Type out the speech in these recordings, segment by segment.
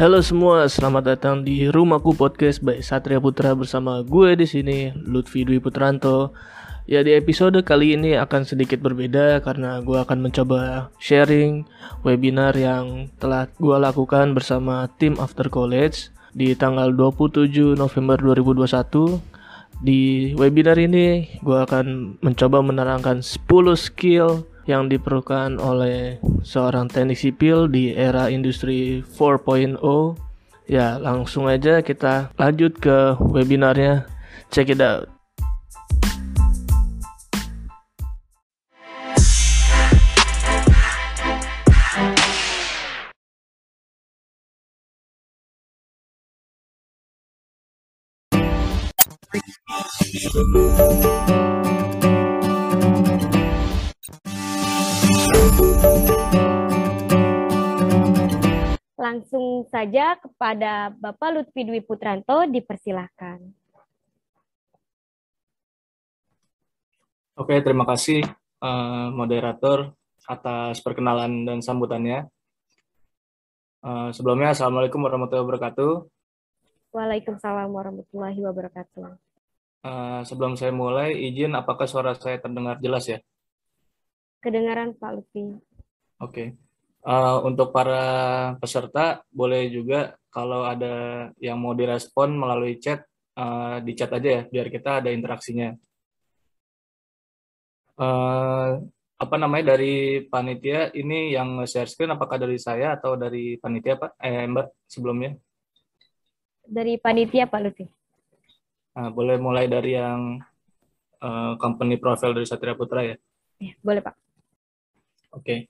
Halo semua, selamat datang di Rumahku Podcast by Satria Putra bersama gue di sini, Lutfi Dwi Putranto. Ya, di episode kali ini akan sedikit berbeda karena gue akan mencoba sharing webinar yang telah gue lakukan bersama tim After College di tanggal 27 November 2021. Di webinar ini gue akan mencoba menerangkan 10 skill yang diperlukan oleh seorang teknik sipil di era industri 4.0. Ya, langsung aja kita lanjut ke webinarnya. Check it out. Langsung saja kepada Bapak Lutfi Dwi Putranto, dipersilahkan. Oke, terima kasih moderator atas perkenalan dan sambutannya. Sebelumnya, Assalamualaikum warahmatullahi wabarakatuh. Waalaikumsalam warahmatullahi wabarakatuh. Sebelum saya mulai, izin apakah suara saya terdengar jelas ya? Kedengaran Pak Lutfi. Oke. Untuk para peserta, boleh juga kalau ada yang mau direspon melalui chat, di chat aja ya, biar kita ada interaksinya. Apa namanya, dari panitia ini yang share screen, apakah dari saya atau dari panitia Pak? Mbak sebelumnya? Dari panitia Pak Lutfi. Boleh mulai dari yang company profile dari Satria Putra ya? Ya, boleh Pak. Oke.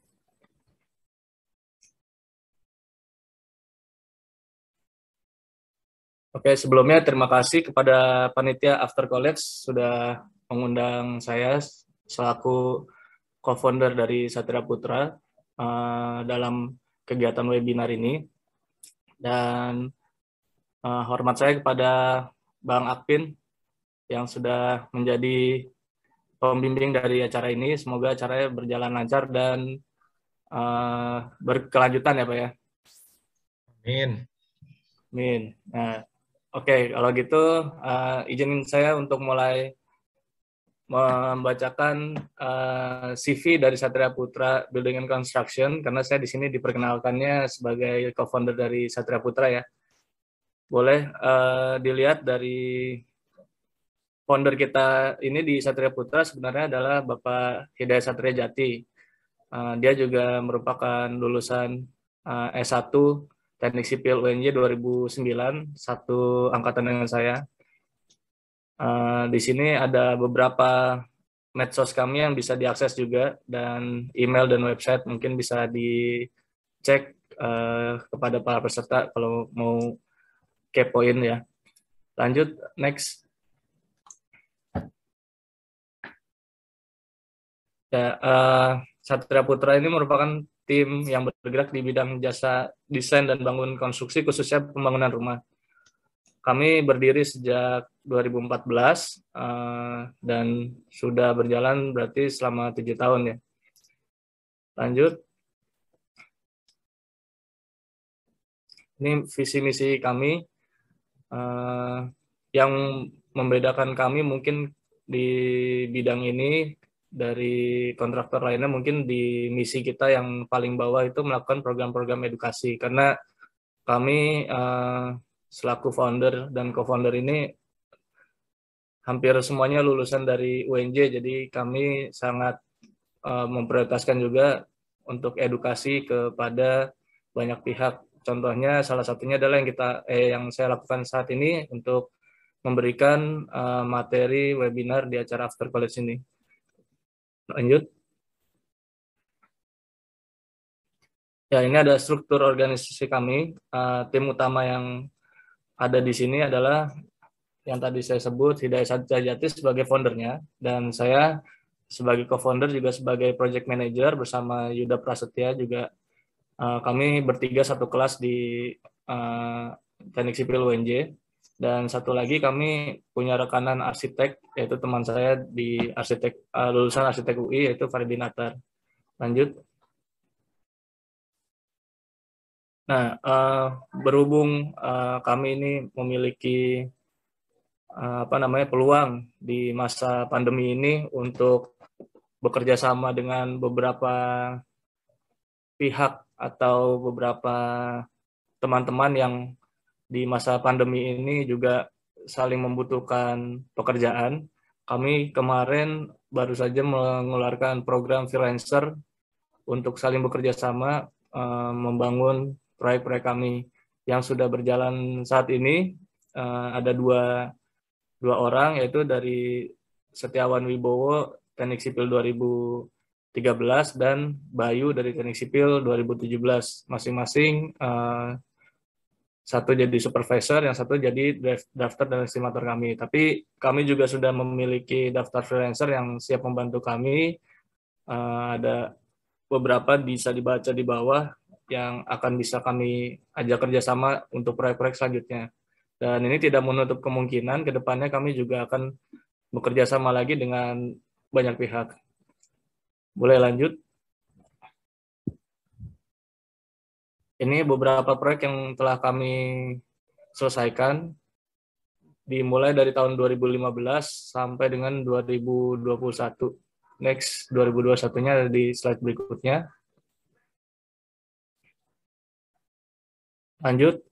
Oke, sebelumnya terima kasih kepada panitia After College sudah mengundang saya selaku co-founder dari Satria Putra dalam kegiatan webinar ini. Dan hormat saya kepada Bang Akpin yang sudah menjadi pembimbing dari acara ini. Semoga acaranya berjalan lancar dan berkelanjutan ya Pak ya. Amin. Amin. Nah, oke, kalau gitu izinin saya untuk mulai membacakan CV dari Satria Putra Building and Construction karena saya di sini diperkenalkannya sebagai co-founder dari Satria Putra ya. Boleh dilihat dari founder kita ini di Satria Putra sebenarnya adalah Bapak Hidayat Satria Jati. Dia juga merupakan lulusan S1 Teknik Sipil UNJ 2009, satu angkatan dengan saya. Di sini ada beberapa medsos kami yang bisa diakses juga, dan email dan website mungkin bisa dicek kepada para peserta kalau mau kepoin ya. Lanjut, next. Ya, Satria Putra ini merupakan tim yang bergerak di bidang jasa desain dan bangun konstruksi, khususnya pembangunan rumah. Kami berdiri sejak 2014 dan sudah berjalan berarti selama 7 tahun ya. Lanjut. Ini visi misi kami. Yang membedakan kami mungkin di bidang ini dari kontraktor lainnya, mungkin di misi kita yang paling bawah itu melakukan program-program edukasi, karena kami selaku founder dan co-founder ini hampir semuanya lulusan dari UNJ, jadi kami sangat memprioritaskan juga untuk edukasi kepada banyak pihak. Contohnya salah satunya adalah yang saya lakukan saat ini untuk memberikan materi webinar di acara After College ini. Lanjut. Ya, ini ada struktur organisasi kami. Tim utama yang ada di sini adalah yang tadi saya sebut, Hidayat Satria Jati sebagai foundernya, dan saya sebagai co-founder juga sebagai project manager bersama Yuda Prasetya juga. Kami bertiga satu kelas di Teknik Sipil UNJ, dan satu lagi kami punya rekanan arsitek, yaitu teman saya di lulusan arsitek UI, yaitu Faridin Attar. Lanjut. Nah, berhubung kami ini memiliki peluang di masa pandemi ini untuk bekerja sama dengan beberapa pihak atau beberapa teman-teman yang di masa pandemi ini juga saling membutuhkan pekerjaan. Kami kemarin baru saja mengeluarkan program freelancer untuk saling bekerja sama membangun proyek-proyek kami yang sudah berjalan saat ini. Ada dua orang, yaitu dari Setiawan Wibowo Teknik Sipil 2013 dan Bayu dari Teknik Sipil 2017. Masing-masing satu jadi supervisor, yang satu jadi daftar dan estimator kami. Tapi kami juga sudah memiliki daftar freelancer yang siap membantu kami. Ada beberapa bisa dibaca di bawah yang akan bisa kami ajak kerjasama untuk proyek-proyek selanjutnya. Dan ini tidak menutup kemungkinan ke depannya kami juga akan bekerja sama lagi dengan banyak pihak. Boleh lanjut? Ini beberapa proyek yang telah kami selesaikan, dimulai dari tahun 2015 sampai dengan 2021. Next, 2021-nya ada di slide berikutnya. Lanjut.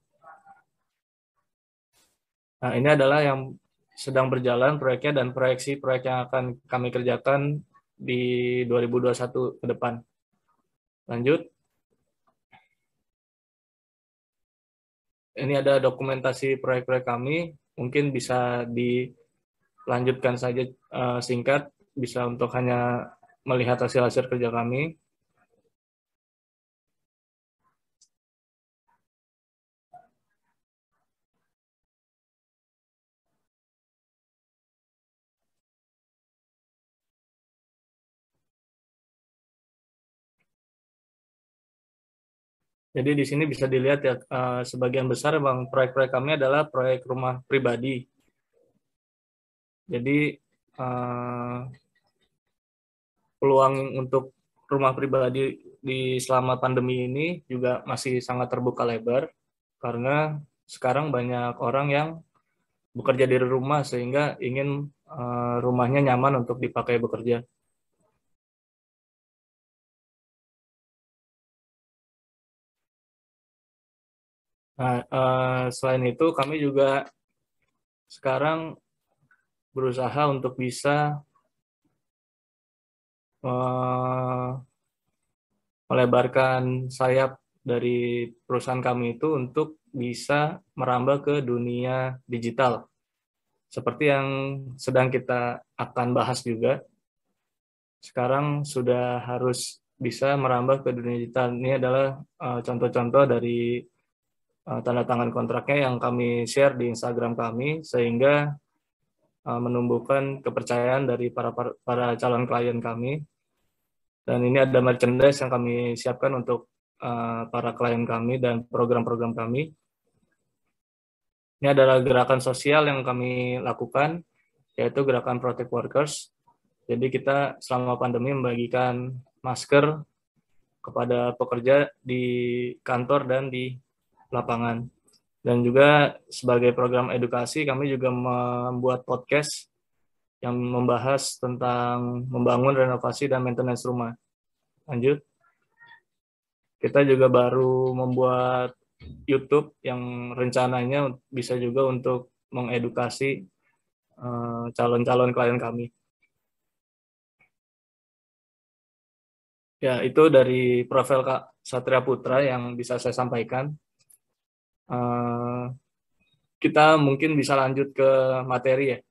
Nah, ini adalah yang sedang berjalan proyeknya dan proyeksi proyek yang akan kami kerjakan di 2021 ke depan. Lanjut. Ini ada dokumentasi proyek-proyek kami. Mungkin bisa dilanjutkan saja singkat, bisa untuk hanya melihat hasil-hasil kerja kami. Jadi di sini bisa dilihat ya, sebagian besar bang proyek-proyek kami adalah proyek rumah pribadi. Jadi peluang untuk rumah pribadi di selama pandemi ini juga masih sangat terbuka lebar, karena sekarang banyak orang yang bekerja dari rumah sehingga ingin rumahnya nyaman untuk dipakai bekerja. Nah, selain itu kami juga sekarang berusaha untuk bisa melebarkan sayap dari perusahaan kami itu untuk bisa merambah ke dunia digital. Seperti yang sedang kita akan bahas juga, sekarang sudah harus bisa merambah ke dunia digital. Ini adalah contoh-contoh dari tanda tangan kontraknya yang kami share di Instagram kami, sehingga menumbuhkan kepercayaan dari para calon klien kami. Dan ini ada merchandise yang kami siapkan untuk para klien kami dan program-program kami. Ini adalah gerakan sosial yang kami lakukan, yaitu gerakan Protect Workers. Jadi kita selama pandemi membagikan masker kepada pekerja di kantor dan di lapangan. Dan juga sebagai program edukasi, kami juga membuat podcast yang membahas tentang membangun renovasi dan maintenance rumah. Lanjut. Kita juga baru membuat YouTube yang rencananya bisa juga untuk mengedukasi calon-calon klien kami. Ya, itu dari profil Kak Satria Putra yang bisa saya sampaikan. Kita mungkin bisa lanjut ke materi ya.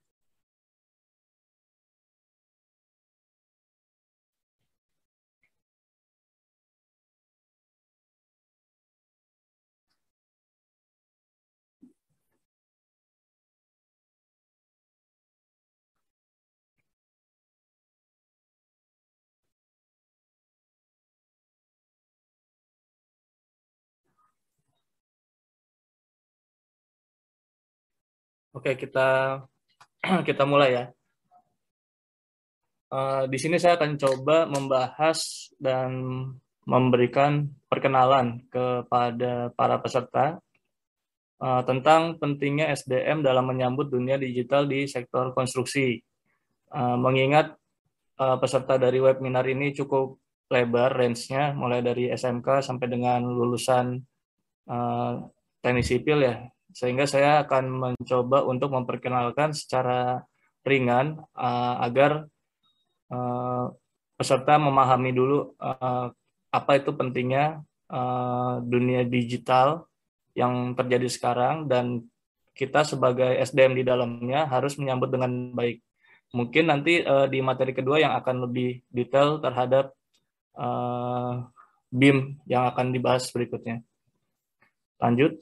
Oke, kita mulai ya. Di sini saya akan coba membahas dan memberikan perkenalan kepada para peserta tentang pentingnya SDM dalam menyambut dunia digital di sektor konstruksi. Mengingat peserta dari webinar ini cukup lebar range-nya, mulai dari SMK sampai dengan lulusan teknik sipil ya, sehingga saya akan mencoba untuk memperkenalkan secara ringan agar peserta memahami dulu apa itu pentingnya dunia digital yang terjadi sekarang dan kita sebagai SDM di dalamnya harus menyambut dengan baik. Mungkin nanti di materi kedua yang akan lebih detail terhadap BIM yang akan dibahas berikutnya. Lanjut.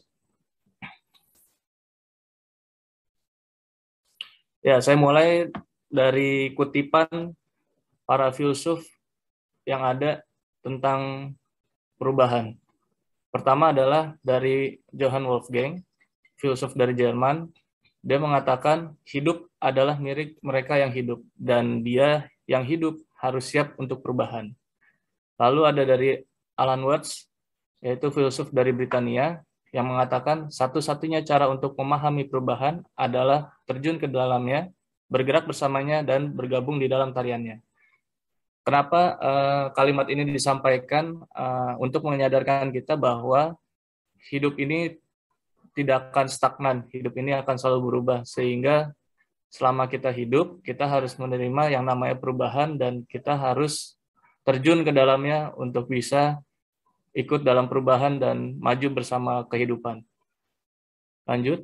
Ya, saya mulai dari kutipan para filsuf yang ada tentang perubahan. Pertama adalah dari Johann Wolfgang, filsuf dari Jerman. Dia mengatakan hidup adalah milik mereka yang hidup dan dia yang hidup harus siap untuk perubahan. Lalu ada dari Alan Watts, yaitu filsuf dari Britania, yang mengatakan satu-satunya cara untuk memahami perubahan adalah terjun ke dalamnya, bergerak bersamanya, dan bergabung di dalam tariannya. Kenapa kalimat ini disampaikan? Untuk menyadarkan kita bahwa hidup ini tidak akan stagnan, hidup ini akan selalu berubah, sehingga selama kita hidup, kita harus menerima yang namanya perubahan dan kita harus terjun ke dalamnya untuk bisa ikut dalam perubahan dan maju bersama kehidupan. Lanjut.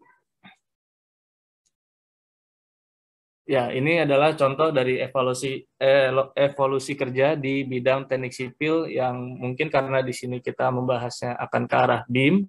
Ya, ini adalah contoh dari evolusi kerja di bidang teknik sipil yang mungkin karena di sini kita membahasnya akan ke arah BIM,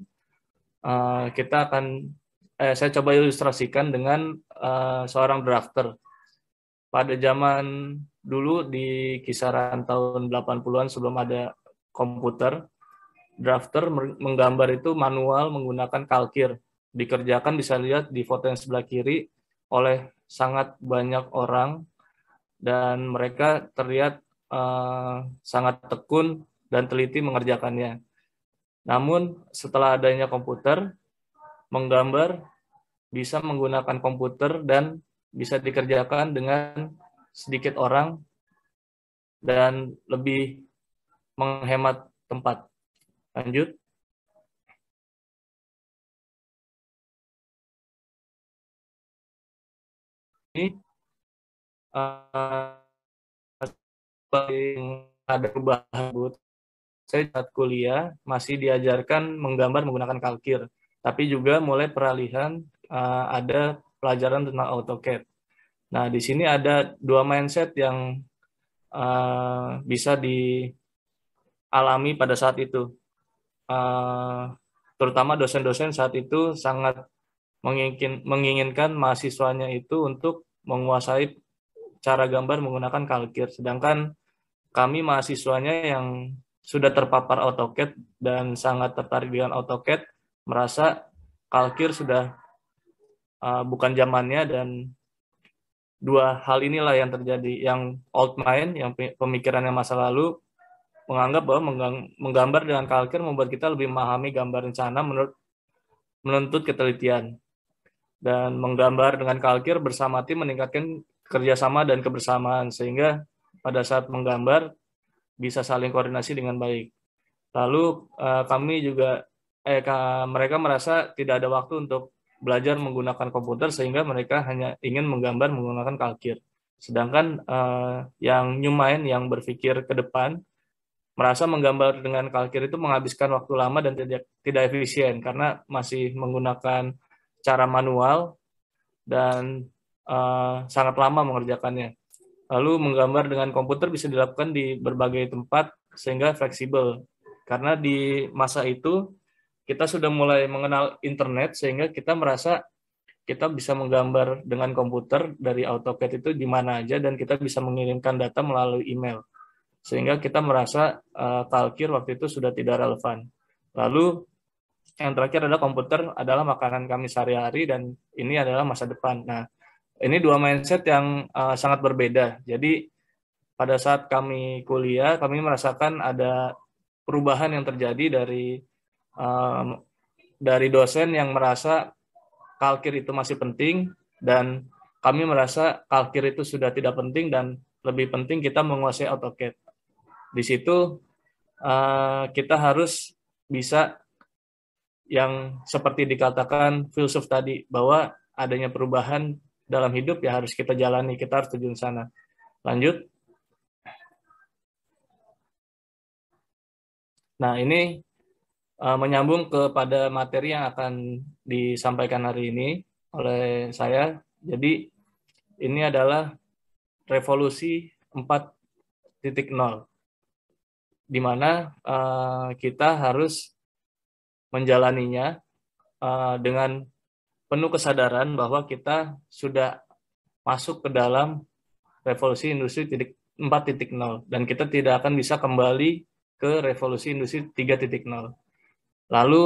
saya coba ilustrasikan dengan seorang drafter. Pada zaman dulu di kisaran tahun 80-an sebelum ada komputer, drafter menggambar itu manual menggunakan kalkir. Dikerjakan, bisa lihat di foto yang sebelah kiri, oleh sangat banyak orang dan mereka terlihat sangat tekun dan teliti mengerjakannya. Namun setelah adanya komputer, menggambar bisa menggunakan komputer dan bisa dikerjakan dengan sedikit orang dan lebih menghemat tempat. Lanjut. Ini ada perubahan. Saya saat kuliah masih diajarkan menggambar menggunakan kalkir, tapi juga mulai peralihan ada pelajaran tentang AutoCAD. Nah, di sini ada dua mindset yang bisa dialami pada saat itu. Terutama dosen-dosen saat itu sangat menginginkan mahasiswanya itu untuk menguasai cara gambar menggunakan kalkir, sedangkan kami mahasiswanya yang sudah terpapar AutoCAD dan sangat tertarik dengan AutoCAD merasa kalkir sudah bukan zamannya, dan dua hal inilah yang terjadi. Yang old mind, yang pemikirannya masa lalu, menganggap bahwa menggambar dengan kalkir membuat kita lebih memahami gambar rencana menuntut ketelitian. Dan menggambar dengan kalkir bersama tim meningkatkan kerjasama dan kebersamaan, sehingga pada saat menggambar bisa saling koordinasi dengan baik. Lalu mereka merasa tidak ada waktu untuk belajar menggunakan komputer, sehingga mereka hanya ingin menggambar menggunakan kalkir. Sedangkan yang new mind, yang berpikir ke depan, merasa menggambar dengan kalkir itu menghabiskan waktu lama dan tidak efisien karena masih menggunakan cara manual dan sangat lama mengerjakannya. Lalu menggambar dengan komputer bisa dilakukan di berbagai tempat sehingga fleksibel. Karena di masa itu kita sudah mulai mengenal internet sehingga kita merasa kita bisa menggambar dengan komputer dari AutoCAD itu di mana aja dan kita bisa mengirimkan data melalui email. Sehingga kita merasa kalkir waktu itu sudah tidak relevan. Lalu yang terakhir adalah komputer adalah makanan kami sehari-hari dan ini adalah masa depan. Nah, ini dua mindset yang sangat berbeda. Jadi pada saat kami kuliah, kami merasakan ada perubahan yang terjadi dari dosen yang merasa kalkir itu masih penting, dan kami merasa kalkir itu sudah tidak penting dan lebih penting kita menguasai AutoCAD. Di situ kita harus bisa yang seperti dikatakan filsuf tadi, bahwa adanya perubahan dalam hidup ya harus kita jalani, kita harus terjun sana. Lanjut. Nah, ini menyambung kepada materi yang akan disampaikan hari ini oleh saya. Jadi, ini adalah revolusi 4.0, di mana kita harus menjalaninya dengan penuh kesadaran bahwa kita sudah masuk ke dalam revolusi industri 4.0 dan kita tidak akan bisa kembali ke revolusi industri 3.0. Lalu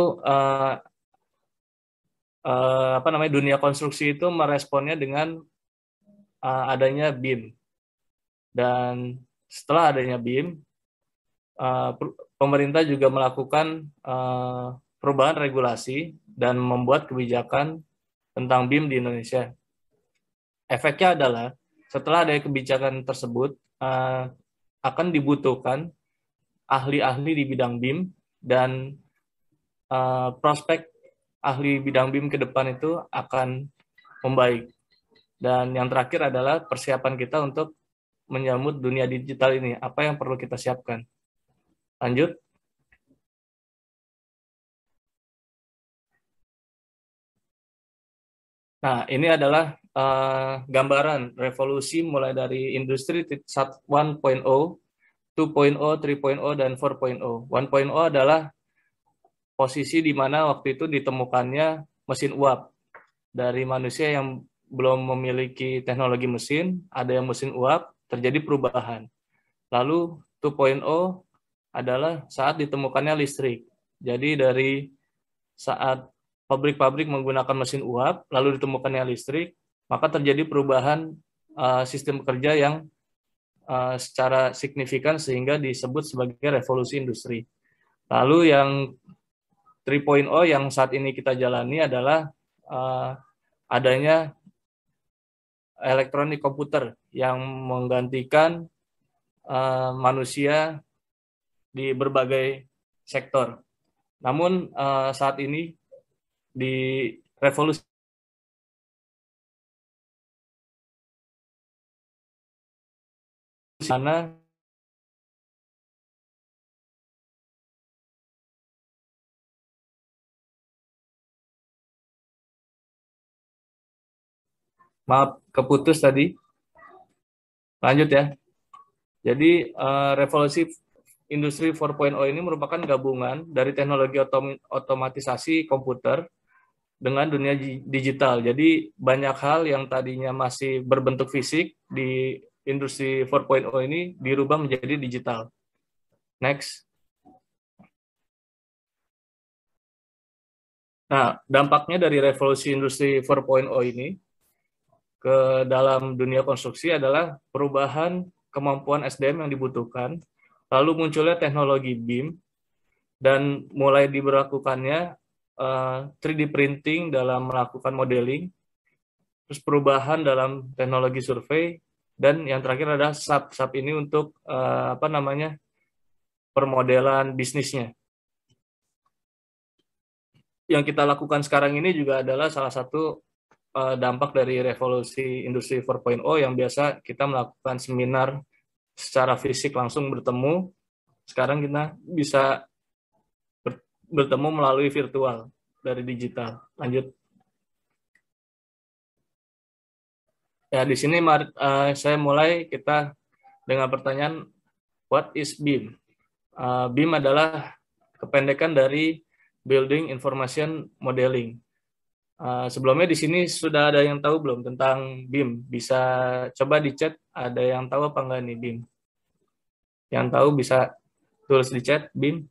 dunia konstruksi itu meresponnya dengan adanya BIM. Dan setelah adanya BIM, pemerintah juga melakukan perubahan regulasi dan membuat kebijakan tentang BIM di Indonesia. Efeknya adalah setelah ada kebijakan tersebut, akan dibutuhkan ahli-ahli di bidang BIM, dan prospek ahli bidang BIM ke depan itu akan membaik. Dan yang terakhir adalah persiapan kita untuk menyambut dunia digital ini. Apa yang perlu kita siapkan? Lanjut. Nah, ini adalah gambaran revolusi mulai dari industri 1.0, 2.0, 3.0, dan 4.0. 1.0 adalah posisi di mana waktu itu ditemukannya mesin uap. Dari manusia yang belum memiliki teknologi mesin, ada yang mesin uap, terjadi perubahan. Lalu 2.0 adalah saat ditemukannya listrik. Jadi dari saat pabrik-pabrik menggunakan mesin uap, lalu ditemukannya listrik, maka terjadi perubahan sistem kerja yang secara signifikan sehingga disebut sebagai revolusi industri. Lalu yang 3.0 yang saat ini kita jalani adalah adanya elektronik komputer yang menggantikan manusia di berbagai sektor. Namun saat ini di revolusi sana maaf keputus tadi. Lanjut ya. Jadi revolusi industri 4.0 ini merupakan gabungan dari teknologi otomatisasi komputer dengan dunia digital. Jadi banyak hal yang tadinya masih berbentuk fisik di industri 4.0 ini dirubah menjadi digital. Next. Nah, dampaknya dari revolusi industri 4.0 ini ke dalam dunia konstruksi adalah perubahan kemampuan SDM yang dibutuhkan, lalu munculnya teknologi BIM, dan mulai diberlakukannya 3D printing dalam melakukan modeling, terus perubahan dalam teknologi survei, dan yang terakhir adalah SAP ini untuk permodelan bisnisnya. Yang kita lakukan sekarang ini juga adalah salah satu dampak dari revolusi industri 4.0 yang biasa kita melakukan seminar secara fisik langsung bertemu. Sekarang kita bisa bertemu melalui virtual dari digital. Lanjut. Ya, di sini saya mulai kita dengan pertanyaan, what is BIM? BIM adalah kependekan dari Building Information Modeling. Sebelumnya di sini sudah ada yang tahu belum tentang BIM? Bisa coba di chat, ada yang tahu apa enggak nih BIM? Yang tahu bisa tulis di chat BIM.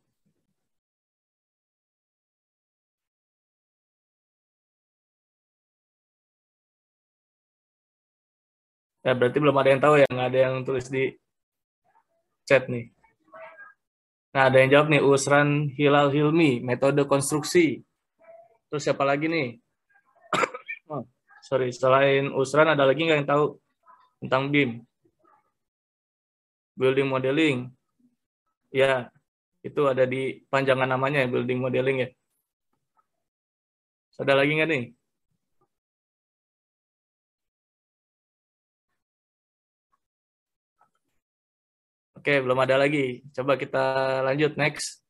Ya, berarti belum ada yang tahu ya, nggak ada yang tulis di chat nih. Nah, ada yang jawab nih, Usran Hilal Hilmi, metode konstruksi. Terus siapa lagi nih? Oh, sorry, selain Usran ada lagi nggak yang tahu tentang BIM? Building modeling. Ya, itu ada di panjangan namanya ya, building modeling ya. Ada lagi nggak nih? Oke, belum ada lagi. Coba kita lanjut, next.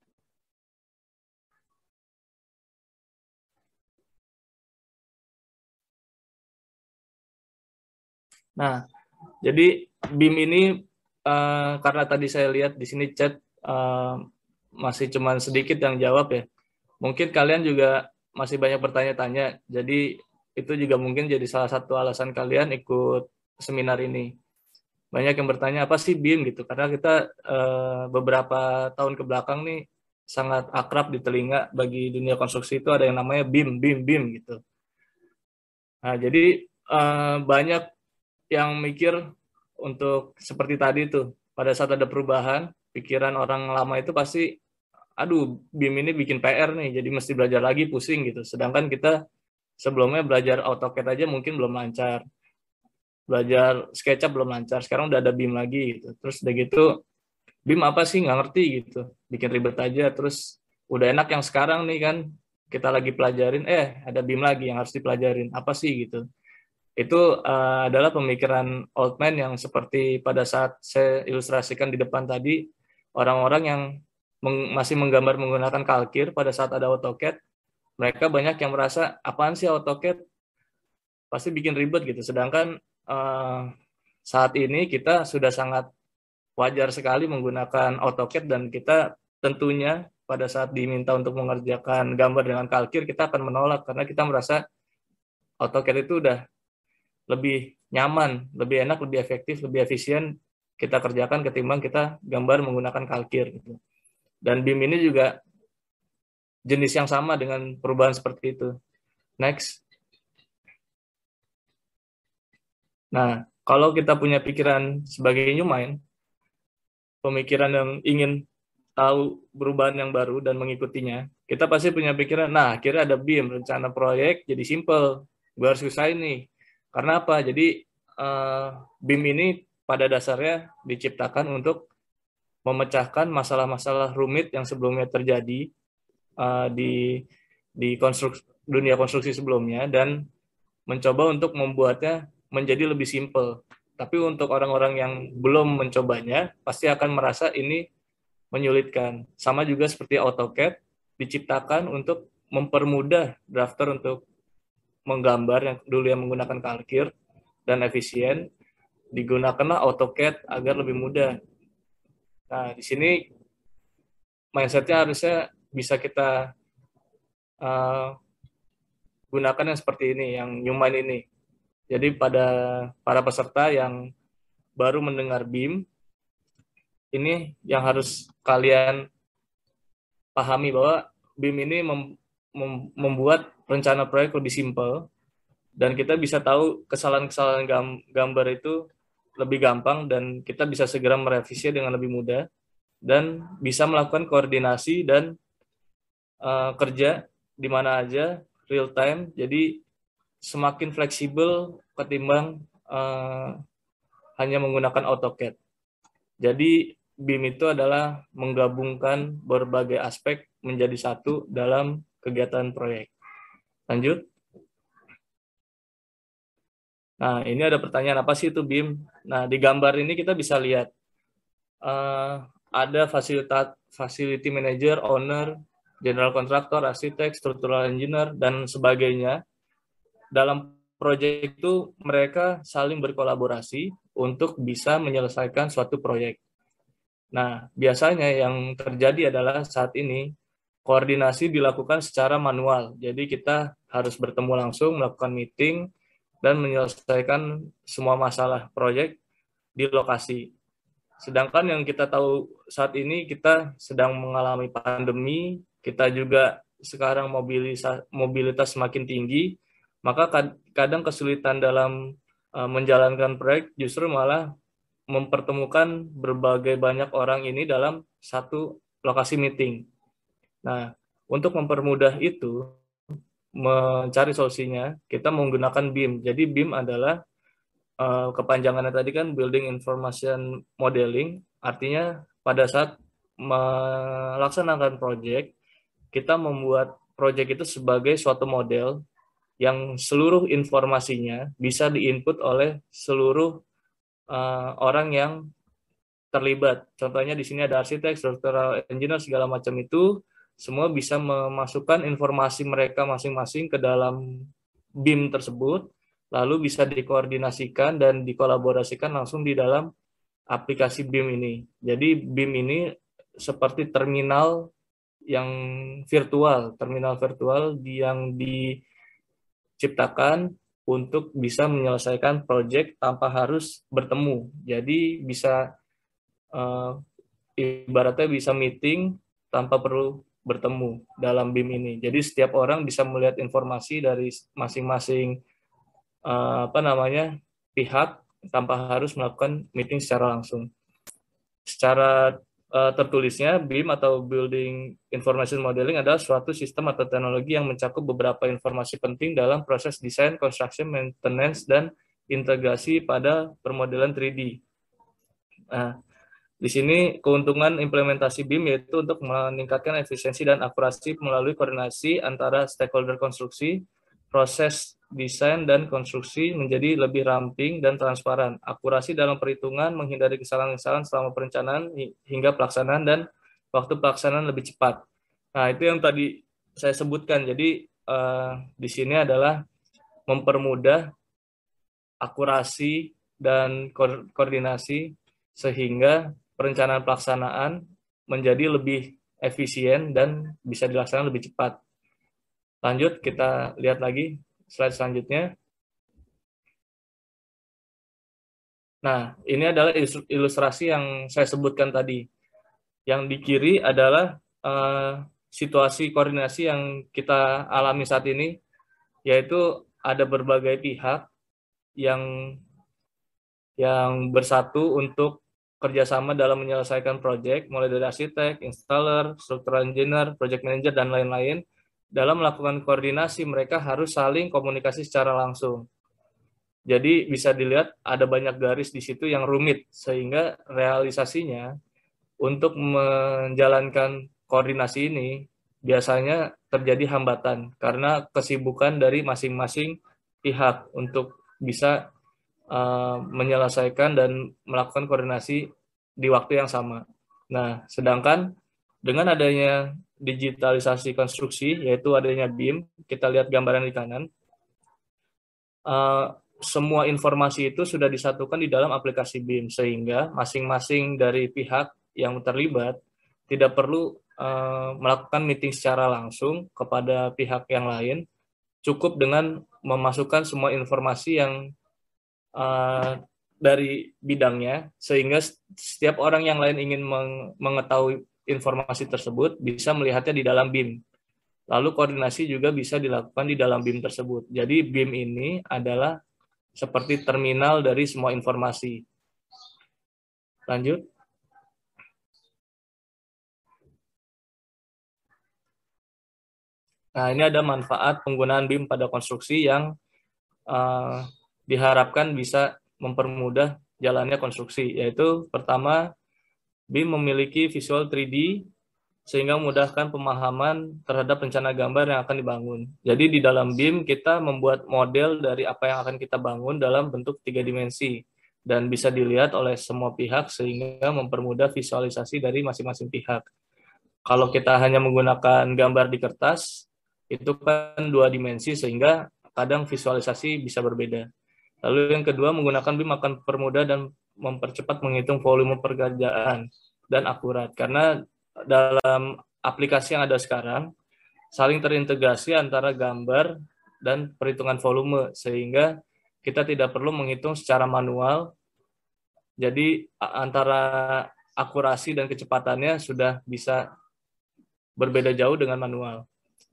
Nah, jadi BIM ini karena tadi saya lihat di sini chat masih cuma sedikit yang jawab ya. Mungkin kalian juga masih banyak bertanya-tanya. Jadi itu juga mungkin jadi salah satu alasan kalian ikut seminar ini. Banyak yang bertanya apa sih BIM gitu. Karena kita beberapa tahun ke belakang nih sangat akrab di telinga bagi dunia konstruksi itu ada yang namanya BIM, BIM, BIM gitu. Nah, jadi banyak yang mikir untuk seperti tadi tuh, pada saat ada perubahan, pikiran orang lama itu pasti, aduh, BIM ini bikin PR nih, jadi mesti belajar lagi, pusing gitu. Sedangkan kita sebelumnya belajar AutoCAD aja mungkin belum lancar, belajar SketchUp belum lancar, sekarang udah ada BIM lagi gitu. Terus udah gitu, BIM apa sih, nggak ngerti gitu, bikin ribet aja. Terus udah enak yang sekarang nih kan, kita lagi pelajarin, ada BIM lagi yang harus dipelajarin, apa sih gitu. Itu adalah pemikiran old man yang seperti pada saat saya ilustrasikan di depan tadi, orang-orang yang masih menggambar menggunakan kalkir pada saat ada AutoCAD, mereka banyak yang merasa, apaan sih AutoCAD, pasti bikin ribet gitu. Sedangkan saat ini kita sudah sangat wajar sekali menggunakan AutoCAD dan kita tentunya pada saat diminta untuk mengerjakan gambar dengan kalkir, kita akan menolak karena kita merasa AutoCAD itu udah lebih nyaman, lebih enak, lebih efektif, lebih efisien kita kerjakan ketimbang kita gambar menggunakan kalkir gitu. Dan BIM ini juga jenis yang sama dengan perubahan seperti itu. Next. Nah, kalau kita punya pikiran sebagai new mind, pemikiran yang ingin tahu perubahan yang baru dan mengikutinya, kita pasti punya pikiran, nah akhirnya ada BIM, rencana proyek jadi simple, gue harus usahain nih. Karena apa? Jadi BIM ini pada dasarnya diciptakan untuk memecahkan masalah-masalah rumit yang sebelumnya terjadi di dunia konstruksi sebelumnya dan mencoba untuk membuatnya menjadi lebih simpel. Tapi untuk orang-orang yang belum mencobanya, pasti akan merasa ini menyulitkan. Sama juga seperti AutoCAD, diciptakan untuk mempermudah drafter untuk menggambar yang dulu yang menggunakan kalkir dan efisien, digunakanlah AutoCAD agar lebih mudah. Nah, di sini mindset-nya harusnya bisa kita gunakan yang seperti ini, yang new mind ini. Jadi pada para peserta yang baru mendengar BIM, ini yang harus kalian pahami bahwa BIM ini membuat rencana proyek lebih simpel dan kita bisa tahu kesalahan-kesalahan gambar itu lebih gampang dan kita bisa segera merevisi dengan lebih mudah dan bisa melakukan koordinasi dan kerja di mana aja real time. Jadi semakin fleksibel ketimbang hanya menggunakan AutoCAD. Jadi BIM itu adalah menggabungkan berbagai aspek menjadi satu dalam kegiatan proyek. Lanjut. Nah, ini ada pertanyaan, apa sih itu BIM? Nah, di gambar ini kita bisa lihat ada facility manager, owner, general contractor, arsitek, structural engineer, dan sebagainya. Dalam proyek itu mereka saling berkolaborasi untuk bisa menyelesaikan suatu proyek. Nah, biasanya yang terjadi adalah saat ini koordinasi dilakukan secara manual. Jadi kita harus bertemu langsung, melakukan meeting, dan menyelesaikan semua masalah proyek di lokasi. Sedangkan yang kita tahu saat ini kita sedang mengalami pandemi, kita juga sekarang mobilitas semakin tinggi, maka kadang kesulitan dalam menjalankan proyek justru malah mempertemukan berbagai banyak orang ini dalam satu lokasi meeting. Nah, untuk mempermudah itu, mencari solusinya, kita menggunakan BIM. Jadi BIM adalah kepanjangannya tadi kan Building Information Modeling, artinya pada saat melaksanakan proyek, kita membuat proyek itu sebagai suatu model yang seluruh informasinya bisa diinput oleh seluruh orang yang terlibat. Contohnya di sini ada arsitek, structural engineer, segala macam itu, semua bisa memasukkan informasi mereka masing-masing ke dalam BIM tersebut, lalu bisa dikoordinasikan dan dikolaborasikan langsung di dalam aplikasi BIM ini. Jadi BIM ini seperti terminal virtual yang diciptakan untuk bisa menyelesaikan proyek tanpa harus bertemu. Jadi bisa ibaratnya bisa meeting tanpa perlu bertemu dalam BIM ini. Jadi setiap orang bisa melihat informasi dari masing-masing pihak tanpa harus melakukan meeting secara langsung. Secara tertulisnya, BIM atau Building Information Modeling adalah suatu sistem atau teknologi yang mencakup beberapa informasi penting dalam proses desain, construction, maintenance, dan integrasi pada permodelan 3D. Nah, di sini keuntungan implementasi BIM yaitu untuk meningkatkan efisiensi dan akurasi melalui koordinasi antara stakeholder konstruksi, proses desain dan konstruksi menjadi lebih ramping dan transparan. Akurasi dalam perhitungan, menghindari kesalahan-kesalahan selama perencanaan hingga pelaksanaan, dan waktu pelaksanaan lebih cepat. Nah, itu yang tadi saya sebutkan. Jadi di sini adalah mempermudah akurasi dan koordinasi sehingga perencanaan pelaksanaan menjadi lebih efisien dan bisa dilaksanakan lebih cepat. Lanjut, kita lihat lagi slide selanjutnya. Nah, ini adalah ilustrasi yang saya sebutkan tadi. Yang di kiri adalah situasi koordinasi yang kita alami saat ini, yaitu ada berbagai pihak yang bersatu untuk kerjasama dalam menyelesaikan proyek, mulai dari arsitek, installer, structural engineer, project manager, dan lain-lain. Dalam melakukan koordinasi, mereka harus saling komunikasi secara langsung. Jadi bisa dilihat ada banyak garis di situ yang rumit, sehingga realisasinya untuk menjalankan koordinasi ini biasanya terjadi hambatan karena kesibukan dari masing-masing pihak untuk bisa menyelesaikan dan melakukan koordinasi di waktu yang sama. Nah, sedangkan dengan adanya digitalisasi konstruksi, yaitu adanya BIM, kita lihat gambaran di kanan, semua informasi itu sudah disatukan di dalam aplikasi BIM, sehingga masing-masing dari pihak yang terlibat tidak perlu melakukan meeting secara langsung kepada pihak yang lain, cukup dengan memasukkan semua informasi yang dari bidangnya, sehingga setiap orang yang lain ingin mengetahui informasi tersebut bisa melihatnya di dalam BIM. Lalu koordinasi juga bisa dilakukan di dalam BIM tersebut. Jadi BIM ini adalah seperti terminal dari semua informasi. Lanjut. Nah, ini ada manfaat penggunaan BIM pada konstruksi yang diharapkan bisa mempermudah jalannya konstruksi, yaitu pertama, BIM memiliki visual 3D sehingga memudahkan pemahaman terhadap rencana gambar yang akan dibangun. Jadi di dalam BIM kita membuat model dari apa yang akan kita bangun dalam bentuk 3 dimensi dan bisa dilihat oleh semua pihak sehingga mempermudah visualisasi dari masing-masing pihak. Kalau kita hanya menggunakan gambar di kertas, itu kan 2 dimensi sehingga kadang visualisasi bisa berbeda. Lalu yang kedua, menggunakan BIM akan permudah dan mempercepat menghitung volume pekerjaan dan akurat. Karena dalam aplikasi yang ada sekarang, saling terintegrasi antara gambar dan perhitungan volume, sehingga kita tidak perlu menghitung secara manual. Jadi antara akurasi dan kecepatannya sudah bisa berbeda jauh dengan manual.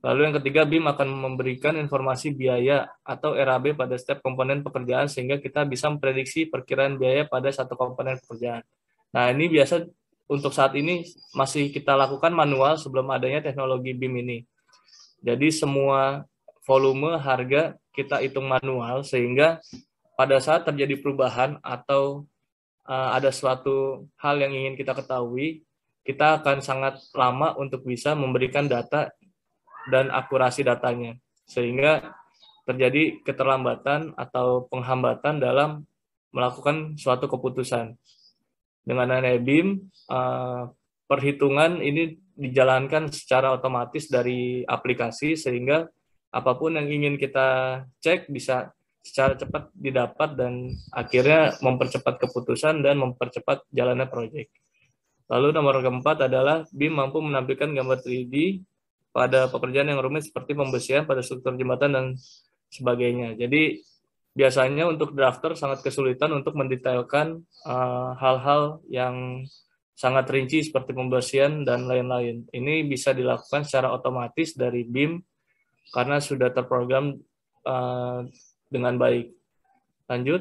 Lalu yang ketiga, BIM akan memberikan informasi biaya atau RAB pada setiap komponen pekerjaan sehingga kita bisa memprediksi perkiraan biaya pada satu komponen pekerjaan. Nah, ini biasa untuk saat ini masih kita lakukan manual sebelum adanya teknologi BIM ini. Jadi semua volume, harga kita hitung manual sehingga pada saat terjadi perubahan atau ada suatu hal yang ingin kita ketahui, kita akan sangat lama untuk bisa memberikan data dan akurasi datanya, sehingga terjadi keterlambatan atau penghambatan dalam melakukan suatu keputusan. Dengan adanya BIM, perhitungan ini dijalankan secara otomatis dari aplikasi, sehingga apapun yang ingin kita cek bisa secara cepat didapat dan akhirnya mempercepat keputusan dan mempercepat jalannya proyek. Lalu nomor keempat adalah BIM mampu menampilkan gambar 3D pada pekerjaan yang rumit seperti pembesian pada struktur jembatan dan sebagainya. Jadi biasanya untuk drafter sangat kesulitan untuk mendetailkan hal-hal yang sangat rinci seperti pembesian dan lain-lain. Ini bisa dilakukan secara otomatis dari BIM karena sudah terprogram dengan baik. Lanjut.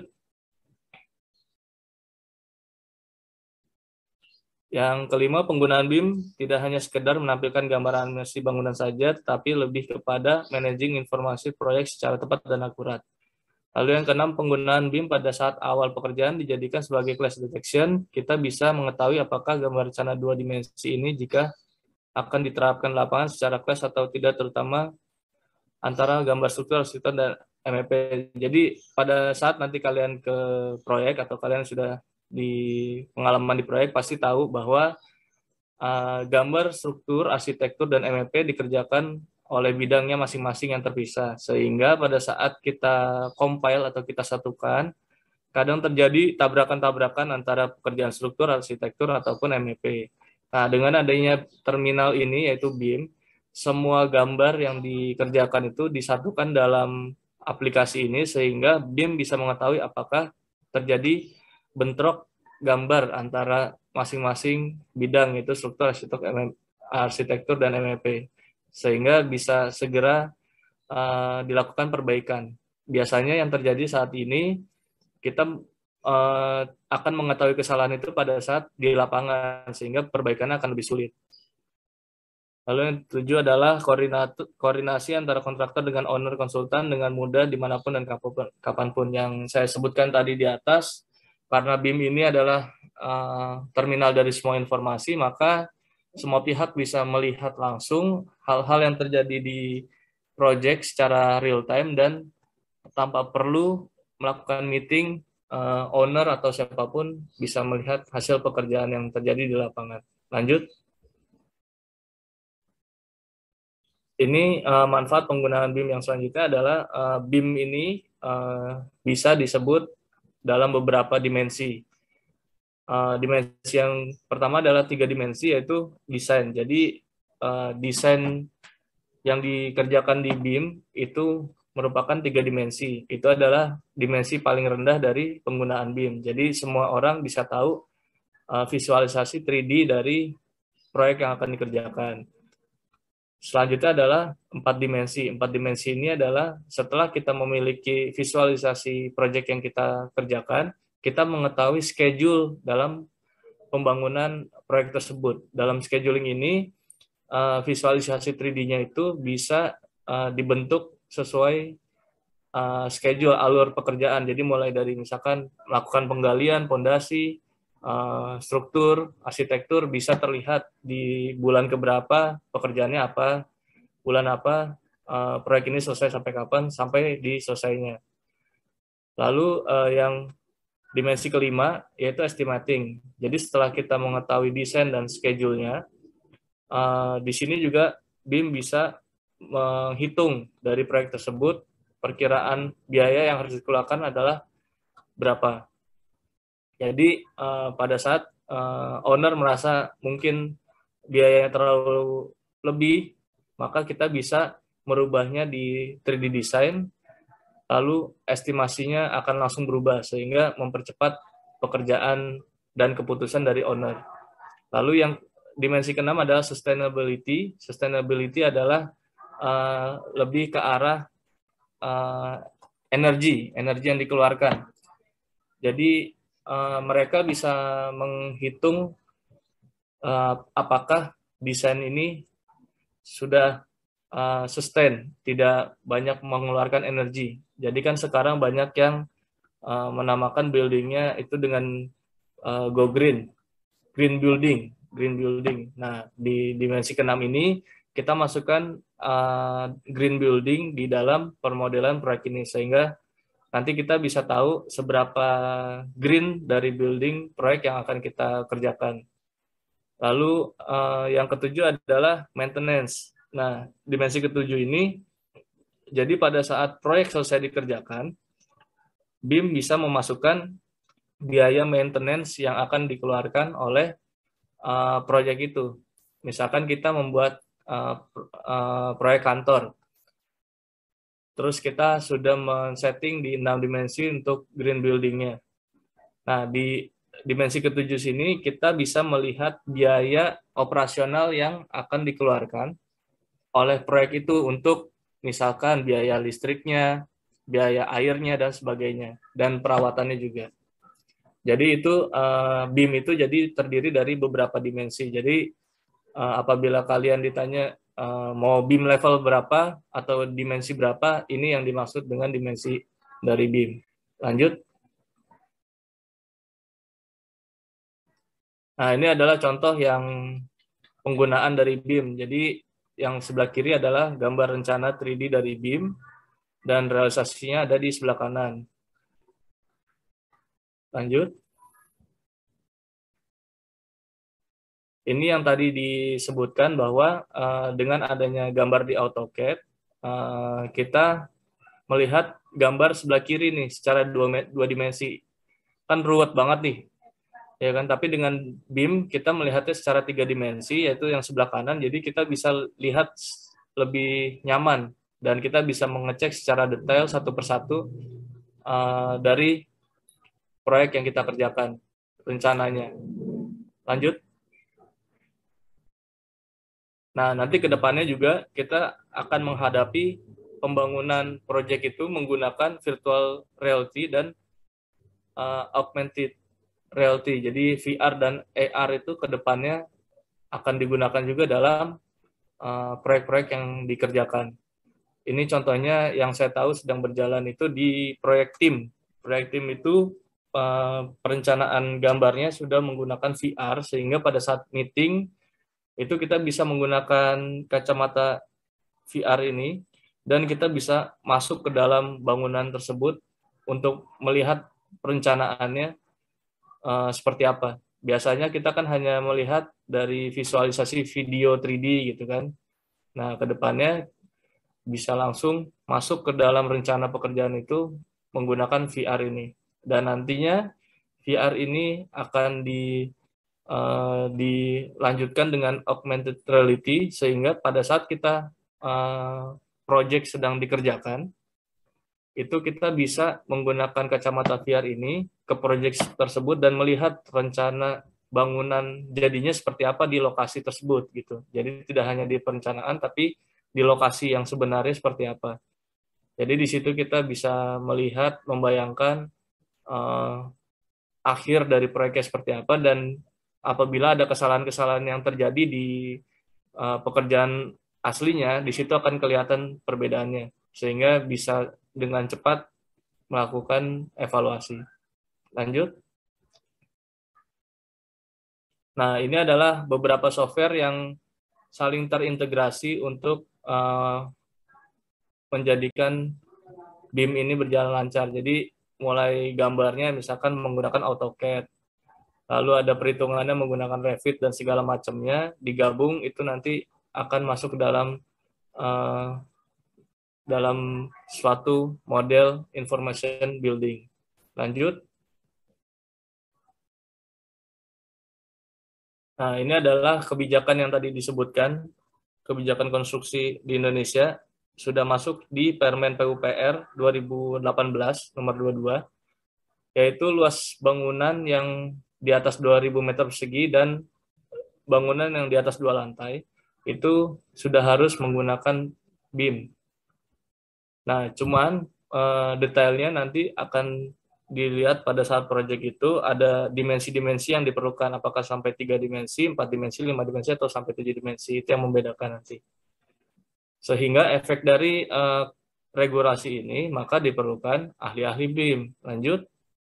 Yang kelima, penggunaan BIM tidak hanya sekedar menampilkan gambaran animasi bangunan saja, tetapi lebih kepada managing informasi proyek secara tepat dan akurat. Lalu yang keenam, penggunaan BIM pada saat awal pekerjaan dijadikan sebagai clash detection. Kita bisa mengetahui apakah gambar rencana 2 dimensi ini jika akan diterapkan lapangan secara clash atau tidak, terutama antara gambar struktur, arsitektur, dan MEP. Jadi pada saat nanti kalian ke proyek atau kalian sudah di pengalaman di proyek pasti tahu bahwa gambar struktur, arsitektur, dan MEP dikerjakan oleh bidangnya masing-masing yang terpisah. Sehingga pada saat kita compile atau kita satukan, kadang terjadi tabrakan-tabrakan antara pekerjaan struktur, arsitektur, ataupun MEP. Nah, dengan adanya terminal ini, yaitu BIM, semua gambar yang dikerjakan itu disatukan dalam aplikasi ini, sehingga BIM bisa mengetahui apakah terjadi bentrok gambar antara masing-masing bidang, yaitu struktur, arsitektur, dan MEP, sehingga bisa segera dilakukan perbaikan. Biasanya yang terjadi saat ini, kita akan mengetahui kesalahan itu pada saat di lapangan, sehingga perbaikannya akan lebih sulit. Lalu yang ketujuh adalah koordinasi antara kontraktor dengan owner konsultan dengan mudah dimanapun dan kapanpun. Yang saya sebutkan tadi di atas, karena BIM ini adalah terminal dari semua informasi, maka semua pihak bisa melihat langsung hal-hal yang terjadi di proyek secara real time dan tanpa perlu melakukan meeting, owner atau siapapun bisa melihat hasil pekerjaan yang terjadi di lapangan. Lanjut. Ini manfaat penggunaan BIM yang selanjutnya adalah BIM ini bisa disebut dalam beberapa dimensi. Dimensi yang pertama adalah 3 dimensi, yaitu desain. Jadi desain yang dikerjakan di BIM itu merupakan 3 dimensi. Itu adalah dimensi paling rendah dari penggunaan BIM. Jadi semua orang bisa tahu visualisasi 3D dari proyek yang akan dikerjakan. Selanjutnya adalah 4 dimensi. 4 dimensi ini adalah setelah kita memiliki visualisasi proyek yang kita kerjakan, kita mengetahui schedule dalam pembangunan proyek tersebut. Dalam scheduling ini, visualisasi 3D-nya itu bisa dibentuk sesuai schedule alur pekerjaan. Jadi mulai dari misalkan melakukan penggalian, pondasi, struktur, arsitektur bisa terlihat di bulan keberapa, pekerjaannya apa, bulan apa, proyek ini selesai sampai kapan, sampai diselesainya. Lalu yang dimensi kelima yaitu estimating. Jadi setelah kita mengetahui desain dan schedule-nya, di sini juga BIM bisa menghitung dari proyek tersebut perkiraan biaya yang harus dikeluarkan adalah berapa. Jadi pada saat owner merasa mungkin biayanya terlalu lebih, maka kita bisa merubahnya di 3D design, lalu estimasinya akan langsung berubah sehingga mempercepat pekerjaan dan keputusan dari owner. Lalu yang dimensi keenam adalah sustainability. Sustainability adalah lebih ke arah energi yang dikeluarkan. Jadi mereka bisa menghitung apakah desain ini sudah sustain, tidak banyak mengeluarkan energi. Jadi kan sekarang banyak yang menamakan buildingnya itu dengan go green building. Nah, di dimensi ke-6 ini kita masukkan green building di dalam permodelan proyek ini, sehingga nanti kita bisa tahu seberapa green dari building proyek yang akan kita kerjakan. Lalu yang ketujuh adalah maintenance. Nah, dimensi ketujuh ini, jadi pada saat proyek selesai dikerjakan, BIM bisa memasukkan biaya maintenance yang akan dikeluarkan oleh proyek itu. Misalkan kita membuat proyek kantor, terus kita sudah men-setting di 6 dimensi untuk green building-nya. Nah, di dimensi ketujuh sini kita bisa melihat biaya operasional yang akan dikeluarkan oleh proyek itu untuk misalkan biaya listriknya, biaya airnya, dan sebagainya, dan perawatannya juga. Jadi itu BIM itu jadi terdiri dari beberapa dimensi. Jadi apabila kalian ditanya mau BIM level berapa atau dimensi berapa, ini yang dimaksud dengan dimensi dari BIM. Lanjut. Nah, ini adalah contoh yang penggunaan dari BIM. Jadi yang sebelah kiri adalah gambar rencana 3D dari BIM dan realisasinya ada di sebelah kanan. Lanjut. Ini yang tadi disebutkan bahwa dengan adanya gambar di AutoCAD, kita melihat gambar sebelah kiri nih secara dua dimensi. Kan ruwet banget nih, ya kan? Tapi dengan BIM kita melihatnya secara 3 dimensi, yaitu yang sebelah kanan. Jadi kita bisa lihat lebih nyaman dan kita bisa mengecek secara detail satu persatu dari proyek yang kita kerjakan rencananya. Lanjut. Nah, nanti ke depannya juga kita akan menghadapi pembangunan proyek itu menggunakan virtual reality dan augmented reality. Jadi VR dan AR itu ke depannya akan digunakan juga dalam proyek-proyek yang dikerjakan. Ini contohnya yang saya tahu sedang berjalan itu di proyek tim. Proyek tim itu perencanaan gambarnya sudah menggunakan VR, sehingga pada saat meeting itu kita bisa menggunakan kacamata VR ini dan kita bisa masuk ke dalam bangunan tersebut untuk melihat perencanaannya seperti apa. Biasanya kita kan hanya melihat dari visualisasi video 3D gitu kan. Nah, ke depannya bisa langsung masuk ke dalam rencana pekerjaan itu menggunakan VR ini. Dan nantinya VR ini akan dilanjutkan dengan augmented reality, sehingga pada saat kita project sedang dikerjakan, itu kita bisa menggunakan kacamata VR ini ke project tersebut dan melihat rencana bangunan jadinya seperti apa di lokasi tersebut gitu. Jadi tidak hanya di perencanaan tapi di lokasi yang sebenarnya seperti apa. Jadi di situ kita bisa melihat, membayangkan akhir dari proyeknya seperti apa, dan apabila ada kesalahan-kesalahan yang terjadi di pekerjaan aslinya, di situ akan kelihatan perbedaannya, sehingga bisa dengan cepat melakukan evaluasi. Lanjut. Nah, ini adalah beberapa software yang saling terintegrasi untuk menjadikan BIM ini berjalan lancar. Jadi mulai gambarnya misalkan menggunakan AutoCAD, lalu ada perhitungannya menggunakan Revit dan segala macamnya, digabung itu nanti akan masuk ke dalam suatu model information building. Lanjut. Nah, ini adalah kebijakan yang tadi disebutkan, kebijakan konstruksi di Indonesia sudah masuk di Permen PUPR 2018 nomor 22, yaitu luas bangunan yang di atas 2.000 meter persegi dan bangunan yang di atas 2 lantai itu sudah harus menggunakan BIM. Nah, cuman detailnya nanti akan dilihat pada saat proyek itu ada dimensi-dimensi yang diperlukan, apakah sampai 3 dimensi, 4 dimensi, 5 dimensi, atau sampai 7 dimensi, itu yang membedakan nanti. Sehingga efek dari regulasi ini, maka diperlukan ahli-ahli BIM. Lanjut.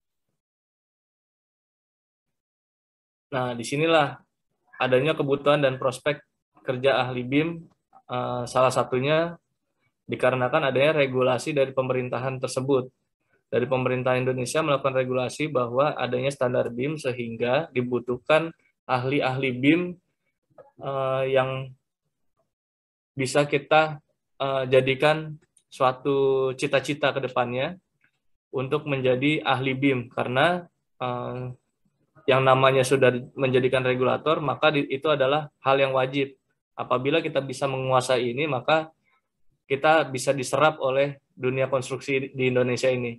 Nah, disinilah adanya kebutuhan dan prospek kerja ahli BIM, salah satunya dikarenakan adanya regulasi dari pemerintahan tersebut. Dari pemerintah Indonesia melakukan regulasi bahwa adanya standar BIM sehingga dibutuhkan ahli-ahli BIM yang bisa kita jadikan suatu cita-cita ke depannya untuk menjadi ahli BIM, karena yang namanya sudah menjadikan regulator, maka itu adalah hal yang wajib. Apabila kita bisa menguasai ini, maka kita bisa diserap oleh dunia konstruksi di Indonesia ini.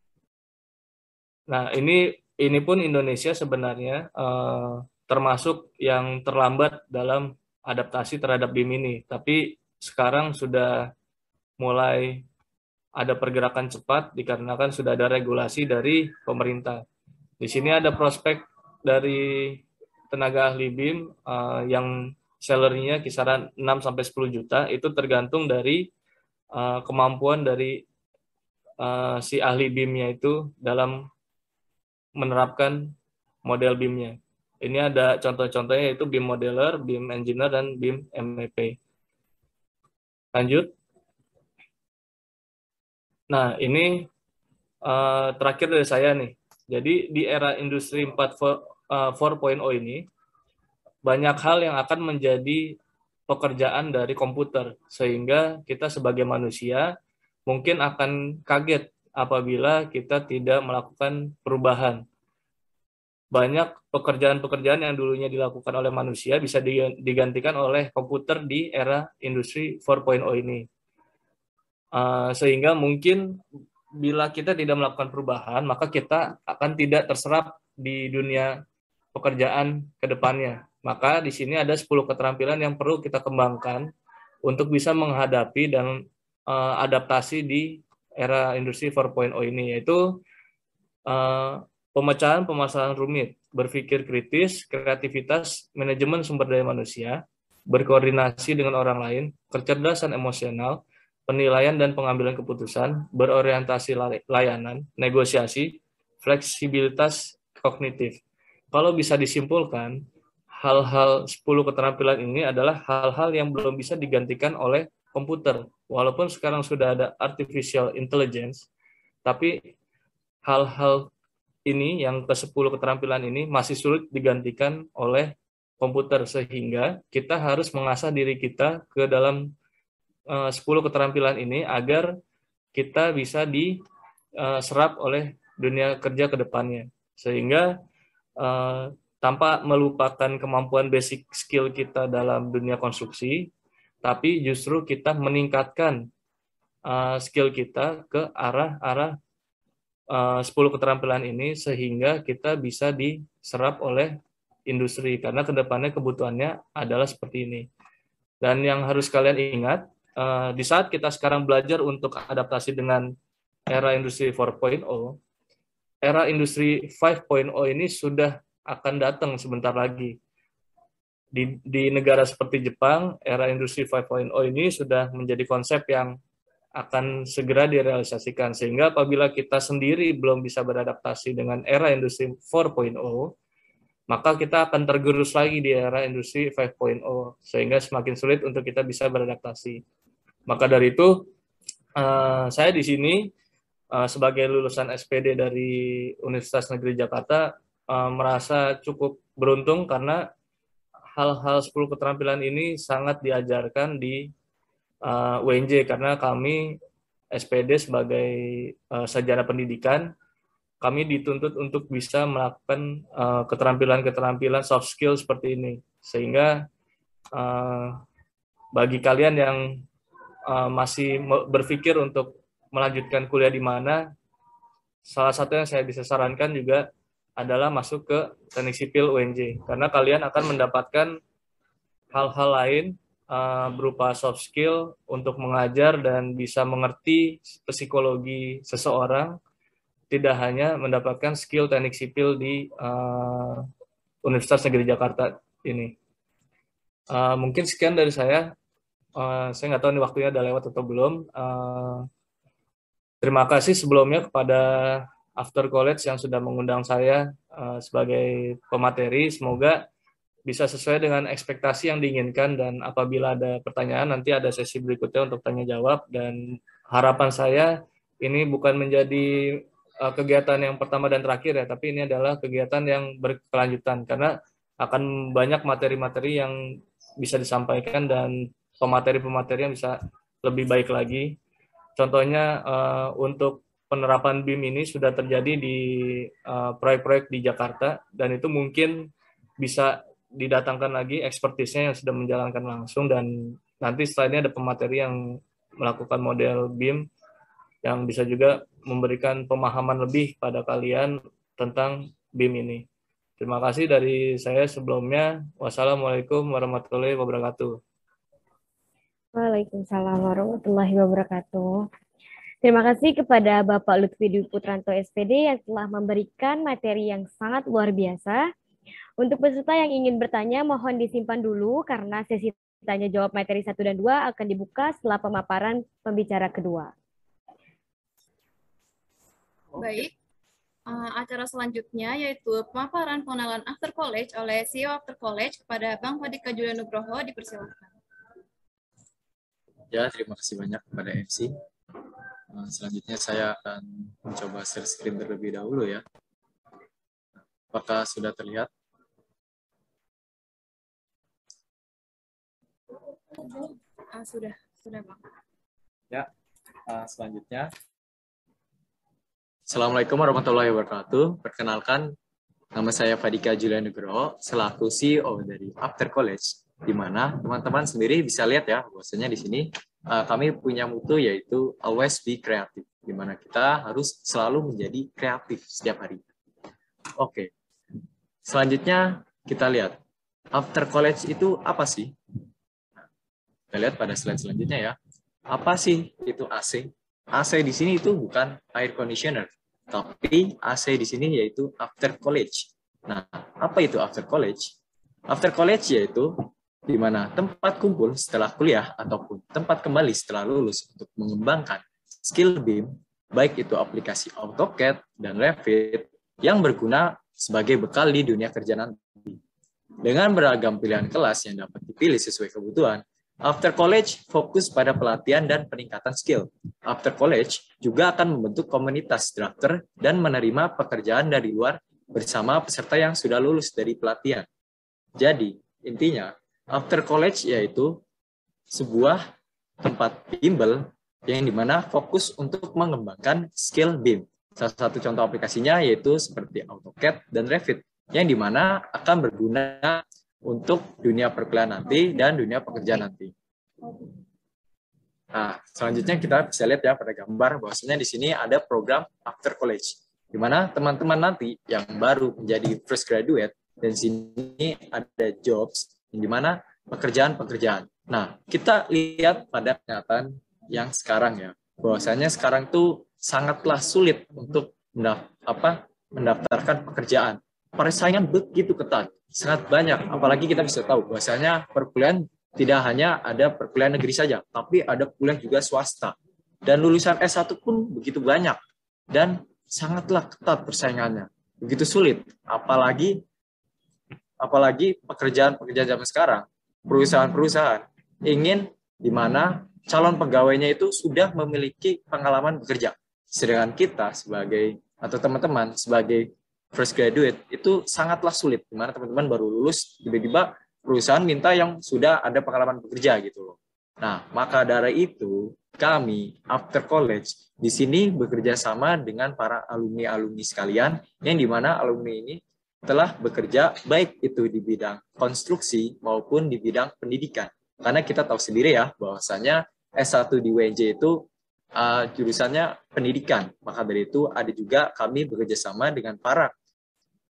Nah, ini pun Indonesia sebenarnya termasuk yang terlambat dalam adaptasi terhadap BIM ini. Tapi sekarang sudah mulai ada pergerakan cepat dikarenakan sudah ada regulasi dari pemerintah. Di sini ada prospek dari tenaga ahli BIM yang salary-nya kisaran 6-10 juta, itu tergantung dari kemampuan dari si ahli BIM-nya itu dalam menerapkan model BIM-nya. Ini ada contoh-contohnya, yaitu BIM Modeler, BIM Engineer, dan BIM MEP. Lanjut. Nah, ini terakhir dari saya nih. Jadi di era industri 4.0 ini, banyak hal yang akan menjadi pekerjaan dari komputer, sehingga kita sebagai manusia mungkin akan kaget apabila kita tidak melakukan perubahan. Banyak pekerjaan-pekerjaan yang dulunya dilakukan oleh manusia bisa digantikan oleh komputer di era industri 4.0 ini. Sehingga mungkin bila kita tidak melakukan perubahan, maka kita akan tidak terserap di dunia pekerjaan ke depannya. Maka di sini ada 10 keterampilan yang perlu kita kembangkan untuk bisa menghadapi dan adaptasi di era industri 4.0 ini, yaitu pemecahan permasalahan rumit, berpikir kritis, kreativitas, manajemen sumber daya manusia, berkoordinasi dengan orang lain, kecerdasan emosional, penilaian dan pengambilan keputusan, berorientasi layanan, negosiasi, fleksibilitas kognitif. Kalau bisa disimpulkan, hal-hal 10 keterampilan ini adalah hal-hal yang belum bisa digantikan oleh komputer. Walaupun sekarang sudah ada artificial intelligence, tapi hal-hal ini yang ke-10 keterampilan ini masih sulit digantikan oleh komputer, sehingga kita harus mengasah diri kita ke dalam 10 keterampilan ini agar kita bisa diserap oleh dunia kerja ke depannya. Sehingga tanpa melupakan kemampuan basic skill kita dalam dunia konstruksi, tapi justru kita meningkatkan skill kita ke arah 10 keterampilan ini, sehingga kita bisa diserap oleh industri, karena kedepannya kebutuhannya adalah seperti ini. Dan yang harus kalian ingat, di saat kita sekarang belajar untuk adaptasi dengan era industri 4.0, era industri 5.0 ini sudah akan datang sebentar lagi. Di negara seperti Jepang, era industri 5.0 ini sudah menjadi konsep yang akan segera direalisasikan, sehingga apabila kita sendiri belum bisa beradaptasi dengan era industri 4.0, maka kita akan tergerus lagi di era industri 5.0, sehingga semakin sulit untuk kita bisa beradaptasi. Maka dari itu, saya di sini sebagai lulusan SPD dari Universitas Negeri Jakarta merasa cukup beruntung, karena hal-hal 10 keterampilan ini sangat diajarkan di UNJ, karena kami SPD sebagai sarjana pendidikan, kami dituntut untuk bisa melakukan keterampilan-keterampilan soft skill seperti ini. Sehingga bagi kalian yang masih berpikir untuk melanjutkan kuliah di mana, salah satu yang saya bisa sarankan juga adalah masuk ke teknik sipil UNJ, karena kalian akan mendapatkan hal-hal lain berupa soft skill untuk mengajar dan bisa mengerti psikologi seseorang, tidak hanya mendapatkan skill teknik sipil di Universitas Negeri Jakarta ini. Mungkin sekian dari saya. Saya nggak tahu nih waktunya udah lewat atau belum. Terima kasih sebelumnya kepada After College yang sudah mengundang saya sebagai pemateri. Semoga bisa sesuai dengan ekspektasi yang diinginkan, dan apabila ada pertanyaan nanti ada sesi berikutnya untuk tanya jawab. Dan harapan saya ini bukan menjadi kegiatan yang pertama dan terakhir ya, tapi ini adalah kegiatan yang berkelanjutan karena akan banyak materi-materi yang bisa disampaikan dan pemateri-pemateri yang bisa lebih baik lagi. Contohnya untuk penerapan BIM ini sudah terjadi di proyek-proyek di Jakarta, dan itu mungkin bisa didatangkan lagi ekspertisnya yang sudah menjalankan langsung, dan nanti setelah ini ada pemateri yang melakukan model BIM yang bisa juga memberikan pemahaman lebih pada kalian tentang BIM ini. Terima kasih dari saya sebelumnya. Wassalamualaikum warahmatullahi wabarakatuh. Waalaikumsalam warahmatullahi wabarakatuh. Terima kasih kepada Bapak Lutfi Dwi Putranto SPD yang telah memberikan materi yang sangat luar biasa. Untuk peserta yang ingin bertanya, mohon disimpan dulu karena sesi tanya jawab materi 1 dan 2 akan dibuka setelah pemaparan pembicara kedua. Baik, acara selanjutnya yaitu pemaparan pengenalan After College oleh CEO After College kepada Bang Fadika Julian Nugroho, dipersilakan. Ya, terima kasih banyak kepada MC. Selanjutnya saya akan mencoba share screen terlebih dahulu ya. Apakah sudah terlihat? Sudah Bang. Ya, selanjutnya. Assalamualaikum warahmatullahi wabarakatuh. Perkenalkan, nama saya Fadika Julian Nugroho, selaku CEO dari After College, di mana teman-teman sendiri bisa lihat ya, bahwasanya di sini kami punya mutu yaitu always be creative, di mana kita harus selalu menjadi kreatif setiap hari. Oke, selanjutnya kita lihat, After College itu apa sih? Kita lihat pada slide selanjutnya ya. Apa sih itu AC? AC di sini itu bukan air conditioner, tapi AC di sini yaitu After College. Nah, apa itu After College? After College yaitu di mana tempat kumpul setelah kuliah ataupun tempat kembali setelah lulus untuk mengembangkan skill BIM, baik itu aplikasi AutoCAD dan Revit yang berguna sebagai bekal di dunia kerja nanti. Dengan beragam pilihan kelas yang dapat dipilih sesuai kebutuhan, After College fokus pada pelatihan dan peningkatan skill. After College juga akan membentuk komunitas drafter dan menerima pekerjaan dari luar bersama peserta yang sudah lulus dari pelatihan. Jadi, intinya, After College yaitu sebuah tempat bimbel yang dimana fokus untuk mengembangkan skill BIM. Salah satu contoh aplikasinya yaitu seperti AutoCAD dan Revit, yang dimana akan berguna untuk dunia perkuliahan nanti dan dunia pekerjaan nanti. Nah, selanjutnya kita bisa lihat ya pada gambar bahwasanya di sini ada program After College, di mana teman-teman nanti yang baru menjadi fresh graduate, dan di sini ada jobs, di mana pekerjaan-pekerjaan. Nah, kita lihat pada kenyataan yang sekarang ya, bahwasanya sekarang tuh sangatlah sulit untuk mendaftarkan pekerjaan. Persaingan begitu ketat, sangat banyak. Apalagi kita bisa tahu bahwasanya perkuliahan tidak hanya ada perkuliahan negeri saja, tapi ada kuliah juga swasta. Dan lulusan S1 pun begitu banyak. Dan sangatlah ketat persaingannya. Begitu sulit. Apalagi pekerjaan-pekerjaan zaman sekarang. Perusahaan-perusahaan ingin di mana calon pegawainya itu sudah memiliki pengalaman bekerja. Sedangkan kita atau teman-teman sebagai fresh graduate itu sangatlah sulit, di mana teman-teman baru lulus tiba-tiba perusahaan minta yang sudah ada pengalaman bekerja gitu loh. Nah, maka dari itu kami After College di sini bekerja sama dengan para alumni-alumni sekalian, yang dimana alumni ini telah bekerja baik itu di bidang konstruksi maupun di bidang pendidikan. Karena kita tahu sendiri ya bahwasanya S1 di WJ itu jurusannya pendidikan. Maka dari itu ada juga kami bekerja sama dengan para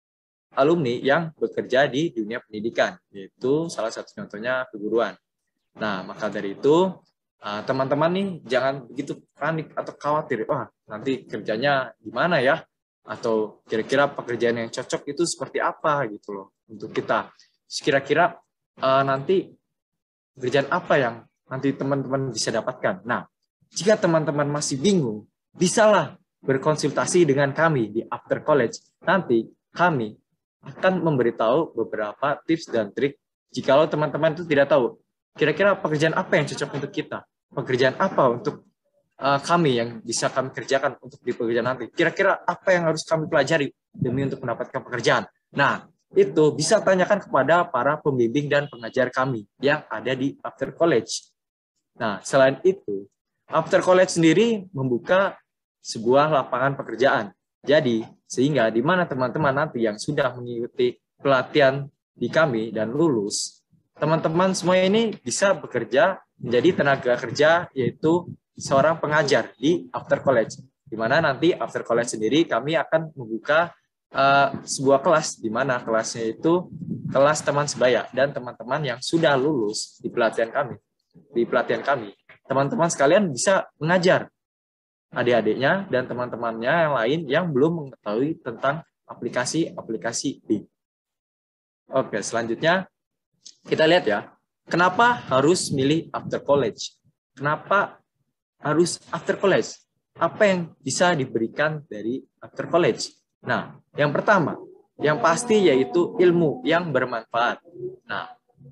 alumni yang bekerja di dunia pendidikan, yaitu salah satu contohnya keguruan. Nah, maka dari itu, teman-teman nih jangan begitu panik atau khawatir, wah nanti kerjanya gimana ya? Atau kira-kira pekerjaan yang cocok itu seperti apa gitu loh untuk kita. Kira-kira nanti pekerjaan apa yang nanti teman-teman bisa dapatkan. Nah, jika teman-teman masih bingung, bisalah berkonsultasi dengan kami di After College. Nanti kami akan memberitahu beberapa tips dan trik jikalau teman-teman itu tidak tahu kira-kira pekerjaan apa yang cocok untuk kita, pekerjaan apa untuk kami yang bisa kami kerjakan untuk di pekerjaan nanti, kira-kira apa yang harus kami pelajari demi untuk mendapatkan pekerjaan. Nah, itu bisa tanyakan kepada para pembimbing dan pengajar kami yang ada di After College. Nah, selain itu, After College sendiri membuka sebuah lapangan pekerjaan. Jadi, sehingga di mana teman-teman nanti yang sudah mengikuti pelatihan di kami dan lulus, teman-teman semua ini bisa bekerja menjadi tenaga kerja, yaitu seorang pengajar di After College. Di mana nanti After College sendiri kami akan membuka sebuah kelas, di mana kelasnya itu kelas teman sebaya dan teman-teman yang sudah lulus di pelatihan kami. Di pelatihan kami, teman-teman sekalian bisa mengajar adik-adiknya dan teman-temannya yang lain yang belum mengetahui tentang aplikasi-aplikasi BIM. Oke, selanjutnya kita lihat ya, kenapa harus milih After College? Kenapa harus After College? Apa yang bisa diberikan dari After College? Nah, yang pertama, yang pasti yaitu ilmu yang bermanfaat. Nah,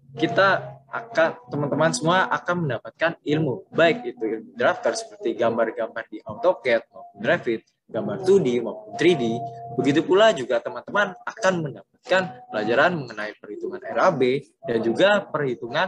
teman-teman semua akan mendapatkan ilmu, baik itu ilmu drafter seperti gambar-gambar di AutoCAD maupun Revit, gambar 2D maupun 3D. Begitu pula juga teman-teman akan mendapatkan pelajaran mengenai perhitungan RAB dan juga perhitungan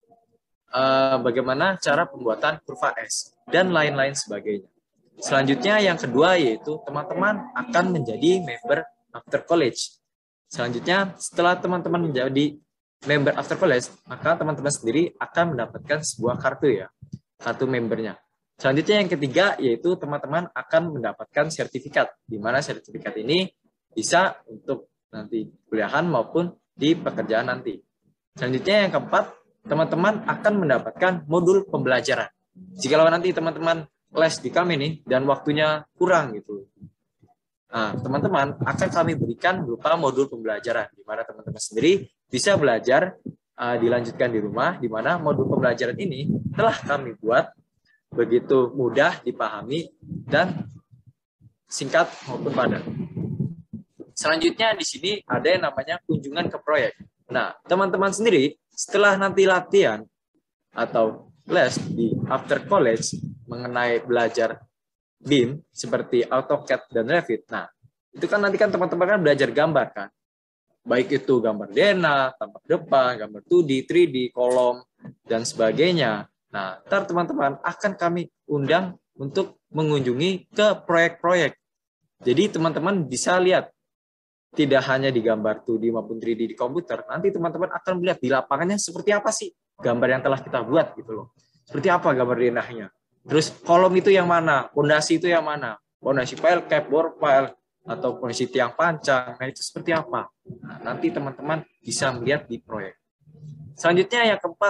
bagaimana cara pembuatan kurva S dan lain-lain sebagainya. Selanjutnya yang kedua yaitu teman-teman akan menjadi member After College. Selanjutnya setelah teman-teman menjadi member After College, maka teman-teman sendiri akan mendapatkan sebuah kartu ya, kartu membernya. Selanjutnya yang ketiga yaitu teman-teman akan mendapatkan sertifikat, di mana sertifikat ini bisa untuk nanti kuliahan maupun di pekerjaan nanti. Selanjutnya yang keempat, teman-teman akan mendapatkan modul pembelajaran. Jikalau nanti teman-teman les di kami nih dan waktunya kurang gitu, nah, teman-teman akan kami berikan berupa modul pembelajaran, di mana teman-teman sendiri bisa belajar dilanjutkan di rumah, di mana modul pembelajaran ini telah kami buat begitu mudah dipahami dan singkat maupun padat. Selanjutnya di sini ada yang namanya kunjungan ke proyek. Nah, teman-teman sendiri setelah nanti latihan atau les di After College mengenai belajar BIM seperti AutoCAD dan Revit. Nah, itu kan nanti kan teman-teman kan belajar gambar kan. Baik itu gambar denah, tampak depan, gambar 2D, 3D, kolom, dan sebagainya. Nah, ntar teman-teman akan kami undang untuk mengunjungi ke proyek-proyek. Jadi teman-teman bisa lihat, tidak hanya di gambar 2D maupun 3D di komputer, nanti teman-teman akan melihat di lapangannya seperti apa sih gambar yang telah kita buat gitu loh. Seperti apa gambar denahnya. Terus kolom itu yang mana, fondasi itu yang mana, fondasi pile cap, bor pile, atau fondasi tiang pancang, nah itu seperti apa. Nah, nanti teman-teman bisa melihat di proyek. Selanjutnya yang keempat,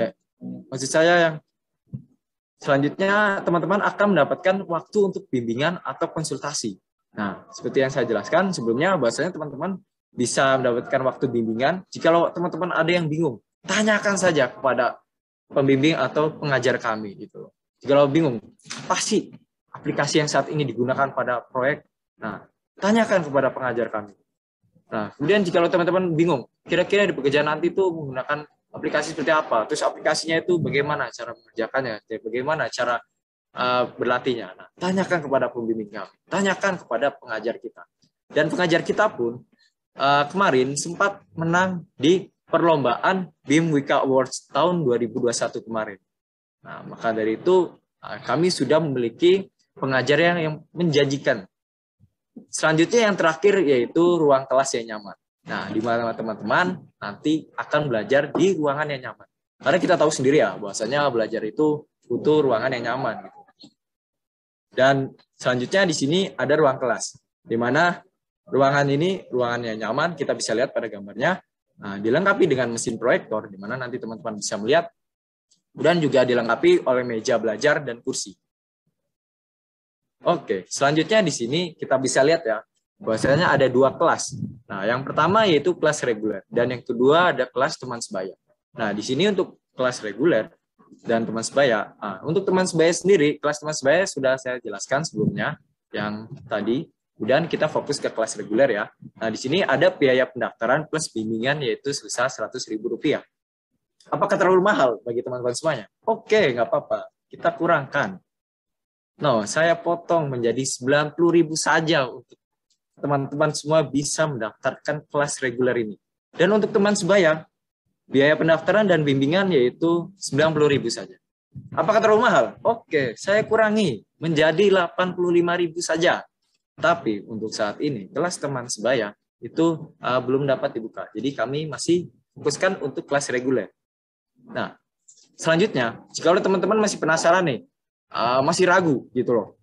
selanjutnya teman-teman akan mendapatkan waktu untuk bimbingan atau konsultasi. Nah, seperti yang saya jelaskan sebelumnya, bahwasanya teman-teman bisa mendapatkan waktu bimbingan. Jikalau teman-teman ada yang bingung, tanyakan saja kepada pembimbing atau pengajar kami gitu. Jikalau bingung, apa sih aplikasi yang saat ini digunakan pada proyek? Nah, tanyakan kepada pengajar kami. Nah, kemudian jikalau teman-teman bingung, kira-kira di pekerjaan nanti itu menggunakan aplikasi seperti apa? Terus aplikasinya itu bagaimana cara mengerjakannya? Bagaimana cara berlatihnya? Nah, tanyakan kepada pembimbing kami, tanyakan kepada pengajar kita. Dan pengajar kita pun kemarin sempat menang di perlombaan BIM Wika Awards tahun 2021 kemarin. Nah, maka dari itu kami sudah memiliki pengajar yang menjanjikan. Selanjutnya yang terakhir yaitu ruang kelas yang nyaman. Nah, di mana teman-teman nanti akan belajar di ruangan yang nyaman. Karena kita tahu sendiri ya, bahwasanya belajar itu butuh ruangan yang nyaman. Gitu. Dan selanjutnya di sini ada ruang kelas, di mana ruangan ini ruangan yang nyaman, kita bisa lihat pada gambarnya. Nah, dilengkapi dengan mesin proyektor, di mana nanti teman-teman bisa melihat Dan juga dilengkapi oleh meja belajar dan kursi. Oke, selanjutnya di sini kita bisa lihat ya, bahwasanya ada 2 kelas. Nah, yang pertama yaitu kelas reguler dan yang kedua ada kelas teman sebaya. Nah, di sini untuk kelas reguler dan teman sebaya. Nah, untuk teman sebaya sendiri, kelas teman sebaya sudah saya jelaskan sebelumnya yang tadi. Kemudian kita fokus ke kelas reguler ya. Nah, di sini ada biaya pendaftaran plus bimbingan yaitu sebesar Rp100.000. Apakah terlalu mahal bagi teman-teman semuanya? Oke, nggak apa-apa. Kita kurangkan. No, saya potong menjadi 90.000 saja untuk teman-teman semua bisa mendaftarkan kelas reguler ini. Dan untuk teman sebaya, biaya pendaftaran dan bimbingan yaitu 90.000 saja. Apakah terlalu mahal? Oke, saya kurangi menjadi 85.000 saja. Tapi untuk saat ini, kelas teman sebaya itu belum dapat dibuka. Jadi kami masih fokuskan untuk kelas reguler. Nah, selanjutnya, jika teman-teman masih penasaran nih, masih ragu gitu loh,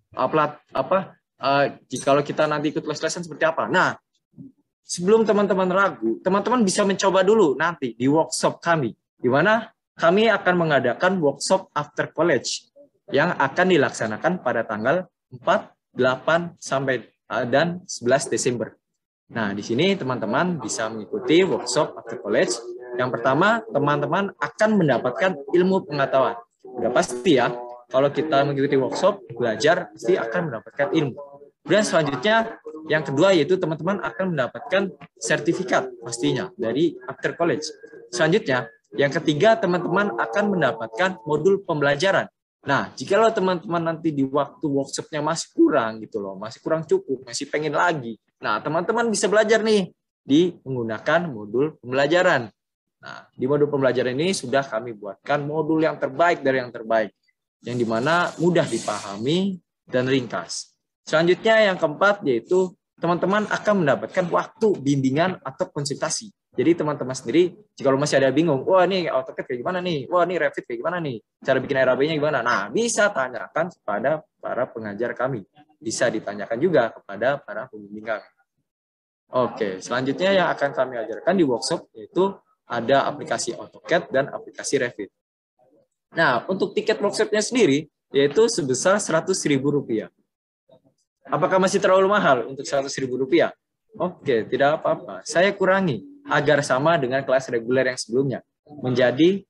jika kita nanti ikut les-lesan seperti apa. Nah, sebelum teman-teman ragu, teman-teman bisa mencoba dulu nanti di workshop kami, di mana kami akan mengadakan workshop after college yang akan dilaksanakan pada tanggal 4, 8, sampai dan 11 Desember. Nah, di sini teman-teman bisa mengikuti workshop after college. Yang pertama, teman-teman akan mendapatkan ilmu pengetahuan. Udah pasti ya, kalau kita mengikuti workshop, belajar, pasti akan mendapatkan ilmu. Dan selanjutnya, yang kedua yaitu teman-teman akan mendapatkan sertifikat pastinya dari after college. Selanjutnya, yang ketiga, teman-teman akan mendapatkan modul pembelajaran. Nah, jika teman-teman nanti di waktu workshopnya masih kurang gitu loh, masih kurang cukup, masih pengen lagi. Nah, teman-teman bisa belajar nih di menggunakan modul pembelajaran. Nah, di modul pembelajaran ini sudah kami buatkan modul yang terbaik dari yang terbaik, yang dimana mudah dipahami dan ringkas. Selanjutnya yang keempat yaitu teman-teman akan mendapatkan waktu bimbingan atau konsultasi. Jadi teman-teman sendiri, jika masih ada bingung, wah ini AutoCAD kayak gimana nih, wah ini Revit kayak gimana nih, cara bikin RAB-nya gimana, nah bisa tanyakan kepada para pengajar kami. Bisa ditanyakan juga kepada para pembimbing kami. Oke, selanjutnya yang akan kami ajarkan di workshop yaitu ada aplikasi AutoCAD dan aplikasi Revit. Nah, untuk tiket workshopnya sendiri, yaitu sebesar Rp100.000. Apakah masih terlalu mahal untuk Rp100.000? Oke, tidak apa-apa. Saya kurangi agar sama dengan kelas reguler yang sebelumnya. Menjadi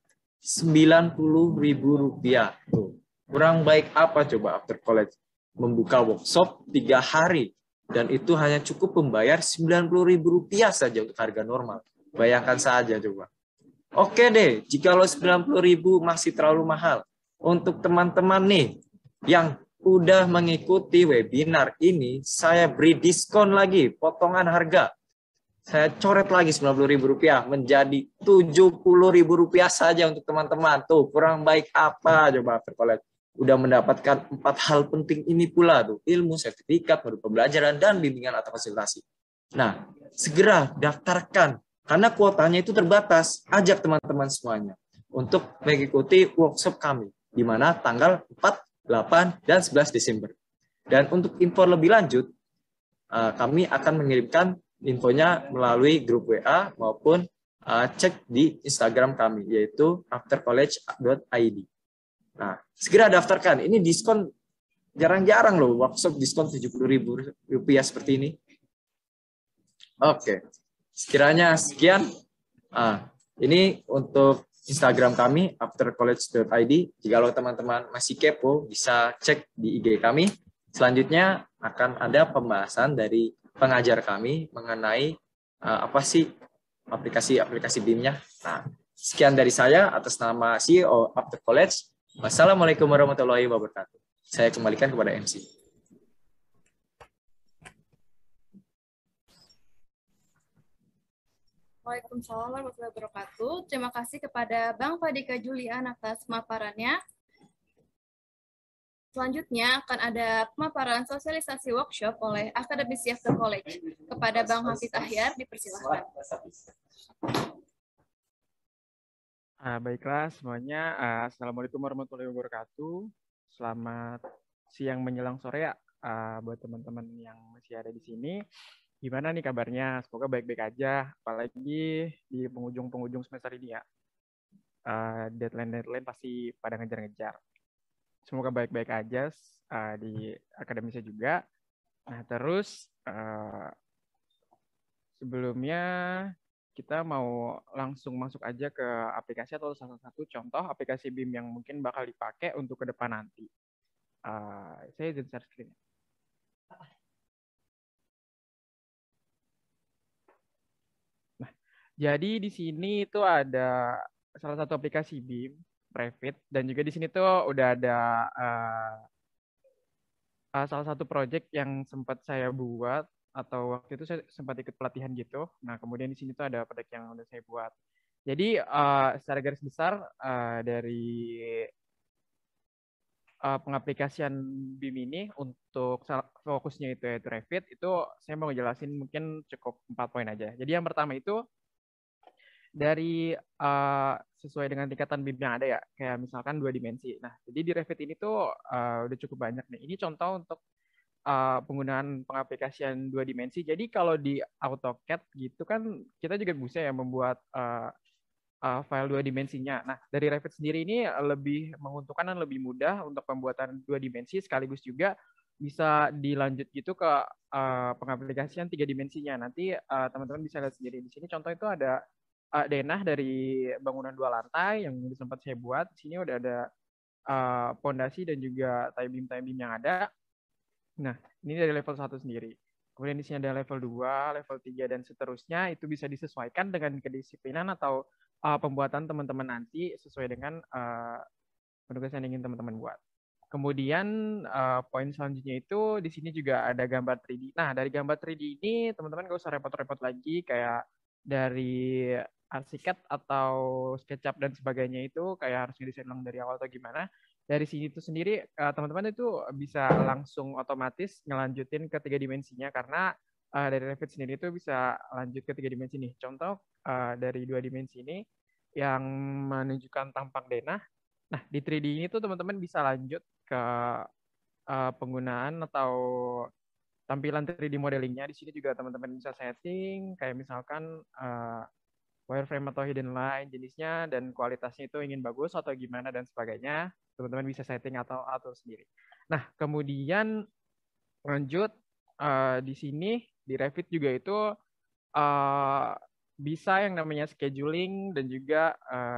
Rp90.000. Tuh. Kurang baik apa coba after college? Membuka workshop 3 hari. Dan itu hanya cukup membayar Rp90.000 saja untuk harga normal. Bayangkan saja coba. Oke deh, jika 90.000 masih terlalu mahal. Untuk teman-teman nih yang udah mengikuti webinar ini, saya beri diskon lagi, potongan harga. Saya coret lagi Rp90.000 menjadi Rp70.000 saja untuk teman-teman. Tuh, kurang baik apa coba after college? Udah mendapatkan 4 hal penting ini pula tuh, ilmu, sertifikat, modul pembelajaran, dan bimbingan atau konsultasi. Nah, segera daftarkan. Karena kuotanya itu terbatas, ajak teman-teman semuanya untuk mengikuti workshop kami, di mana tanggal 4, 8, dan 11 Desember. Dan untuk info lebih lanjut, kami akan mengirimkan infonya melalui grup WA maupun cek di Instagram kami, yaitu aftercollege.id. Nah, segera daftarkan. Ini diskon jarang-jarang loh, workshop diskon Rp70.000 seperti ini. Oke. Sekiranya sekian, ini untuk Instagram kami, aftercollege.id. Jika teman-teman masih kepo, bisa cek di IG kami. Selanjutnya akan ada pembahasan dari pengajar kami mengenai apa sih aplikasi BIM-nya. Nah, sekian dari saya atas nama CEO After College. Wassalamualaikum warahmatullahi wabarakatuh. Saya kembalikan kepada MC. Waalaikumsalam warahmatullahi wabarakatuh. Terima kasih kepada Bang Fadika Julian atas pemaparannya. Selanjutnya akan ada pemaparan sosialisasi workshop oleh Akademisi After College. Kepada Bang Hafiz Ahyar, dipersilahkan. Baiklah semuanya, Assalamualaikum warahmatullahi wabarakatuh. Selamat siang menjelang sore ya buat teman-teman yang masih ada di sini. Gimana nih kabarnya? Semoga baik-baik aja, apalagi di penghujung semester ini ya. deadline pasti pada ngejar-ngejar. Semoga baik-baik aja di akademisnya juga. Nah, terus sebelumnya kita mau langsung masuk aja ke aplikasi atau salah satu contoh aplikasi BIM yang mungkin bakal dipakai untuk ke depan nanti. Saya izin share screen. Nah, jadi di sini itu ada salah satu aplikasi BIM, Revit, dan juga di sini tuh udah ada salah satu project yang sempat saya buat atau waktu itu saya sempat ikut pelatihan gitu. Nah, kemudian di sini tuh ada project yang udah saya buat. Jadi secara garis besar dari pengaplikasian BIM ini untuk fokusnya itu yaitu Revit, itu saya mau ngejelasin mungkin cukup 4 poin aja. Jadi yang pertama itu dari sesuai dengan tingkatan BIM yang ada ya, kayak misalkan 2 dimensi. Nah, jadi di Revit ini tuh udah cukup banyak nih. Ini contoh untuk penggunaan pengaplikasian 2 dimensi. Jadi kalau di AutoCAD gitu kan kita juga bisa ya membuat file 2 dimensinya. Nah, dari Revit sendiri ini lebih menguntungkan dan lebih mudah untuk pembuatan 2 dimensi, sekaligus juga bisa dilanjut gitu ke pengaplikasian 3 dimensinya. Nanti teman-teman bisa lihat sendiri. Di sini contoh itu ada denah dari bangunan 2 lantai yang sempat saya buat. Di sini udah ada pondasi dan juga tie beam yang ada. Nah, ini dari level 1 sendiri. Kemudian di sini ada level 2, level 3, dan seterusnya. Itu bisa disesuaikan dengan kedisiplinan atau pembuatan teman-teman nanti sesuai dengan penugasan yang ingin teman-teman buat. Kemudian poin selanjutnya itu di sini juga ada gambar 3D. Nah, dari gambar 3D ini teman-teman nggak usah repot-repot lagi kayak dari Archicad atau SketchUp dan sebagainya itu kayak harus ngedesain ulang dari awal atau gimana. Dari sini itu sendiri teman-teman itu bisa langsung otomatis ngelanjutin ke 3 dimensinya karena dari Revit sendiri itu bisa lanjut ke 3 dimensi nih. Contoh dari 2 dimensi ini yang menunjukkan tampang denah. Nah, di 3D ini tuh teman-teman bisa lanjut ke penggunaan atau tampilan 3D modelingnya. Di sini juga teman-teman bisa setting kayak misalkan wireframe atau hidden line jenisnya dan kualitasnya itu ingin bagus atau gimana dan sebagainya. Teman-teman bisa setting atau atur sendiri. Nah, kemudian lanjut di sini di Revit juga itu bisa yang namanya scheduling dan juga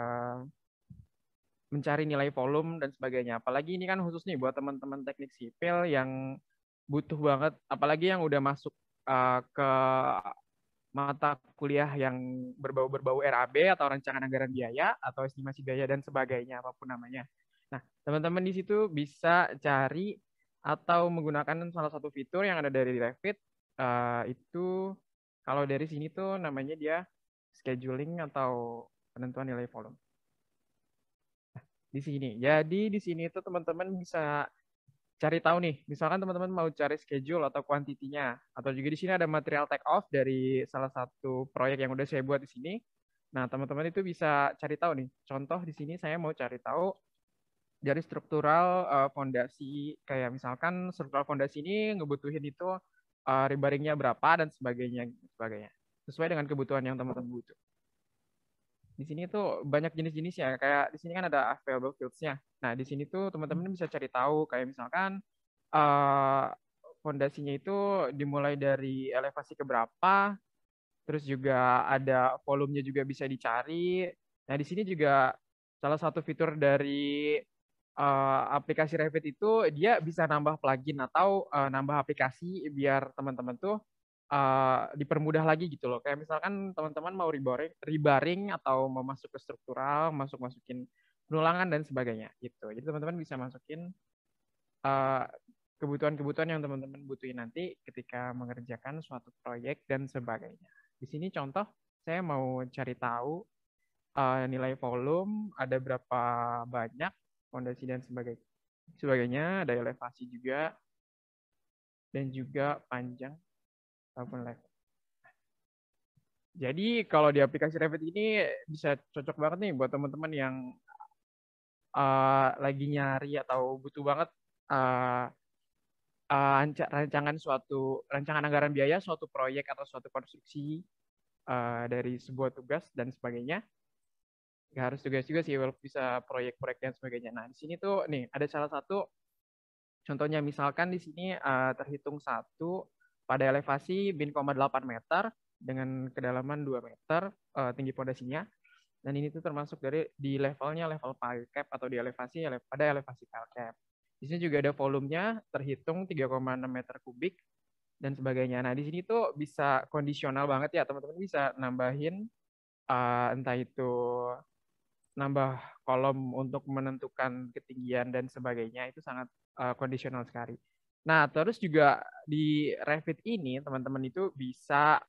mencari nilai volume dan sebagainya. Apalagi ini kan khusus nih buat teman-teman teknik sipil yang butuh banget, apalagi yang udah masuk ke mata kuliah yang berbau RAB atau rancangan anggaran biaya atau estimasi biaya dan sebagainya apapun namanya. Nah, teman-teman di situ bisa cari atau menggunakan salah satu fitur yang ada dari Revit itu kalau dari sini tuh namanya dia scheduling atau penentuan nilai volume. Nah, di sini. Jadi di sini tuh teman-teman bisa cari tahu nih, misalkan teman-teman mau cari schedule atau kuantitinya, atau juga di sini ada material take off dari salah satu proyek yang udah saya buat di sini. Nah, teman-teman itu bisa cari tahu nih. Contoh di sini saya mau cari tahu dari struktural fondasi, kayak misalkan struktural fondasi ini ngebutuhin itu rebaringnya berapa dan sebagainya, sesuai dengan kebutuhan yang teman-teman butuh. Di sini tuh banyak jenis-jenis ya, kayak di sini kan ada available fields-nya. Nah, di sini tuh teman-teman bisa cari tahu kayak misalkan fondasinya itu dimulai dari elevasi ke berapa, terus juga ada volumenya juga bisa dicari. Nah, di sini juga salah satu fitur dari aplikasi Revit itu dia bisa nambah plugin atau nambah aplikasi biar teman-teman tuh dipermudah lagi gitu loh. Kayak misalkan teman-teman mau rebaring atau mau masuk ke struktural, masukin penulangan dan sebagainya gitu. Jadi teman-teman bisa masukin kebutuhan-kebutuhan yang teman-teman butuhin nanti ketika mengerjakan suatu proyek dan sebagainya. Di sini contoh saya mau cari tahu nilai volume ada berapa banyak, fondasi dan sebagainya, ada elevasi juga dan juga panjang ataupun level. Jadi kalau di aplikasi Revit ini bisa cocok banget nih buat teman-teman yang lagi nyari atau butuh banget rancangan anggaran biaya suatu proyek atau suatu konstruksi dari sebuah tugas dan sebagainya. nggak harus tugas juga sih, bisa proyek-proyek dan sebagainya. Nah, di sini tuh nih ada salah satu contohnya, misalkan di sini terhitung satu pada elevasi 0,8 meter dengan kedalaman 2 meter tinggi pondasinya. Dan ini tuh termasuk di levelnya level pile cap atau di elevasi pada elevasi pile cap. Di sini juga ada volumenya terhitung 3,6 meter kubik dan sebagainya. Nah, di sini tuh bisa kondisional banget ya, teman-teman bisa nambahin entah itu nambah kolom untuk menentukan ketinggian dan sebagainya, itu sangat kondisional sekali. Nah, terus juga di Revit ini teman-teman itu bisa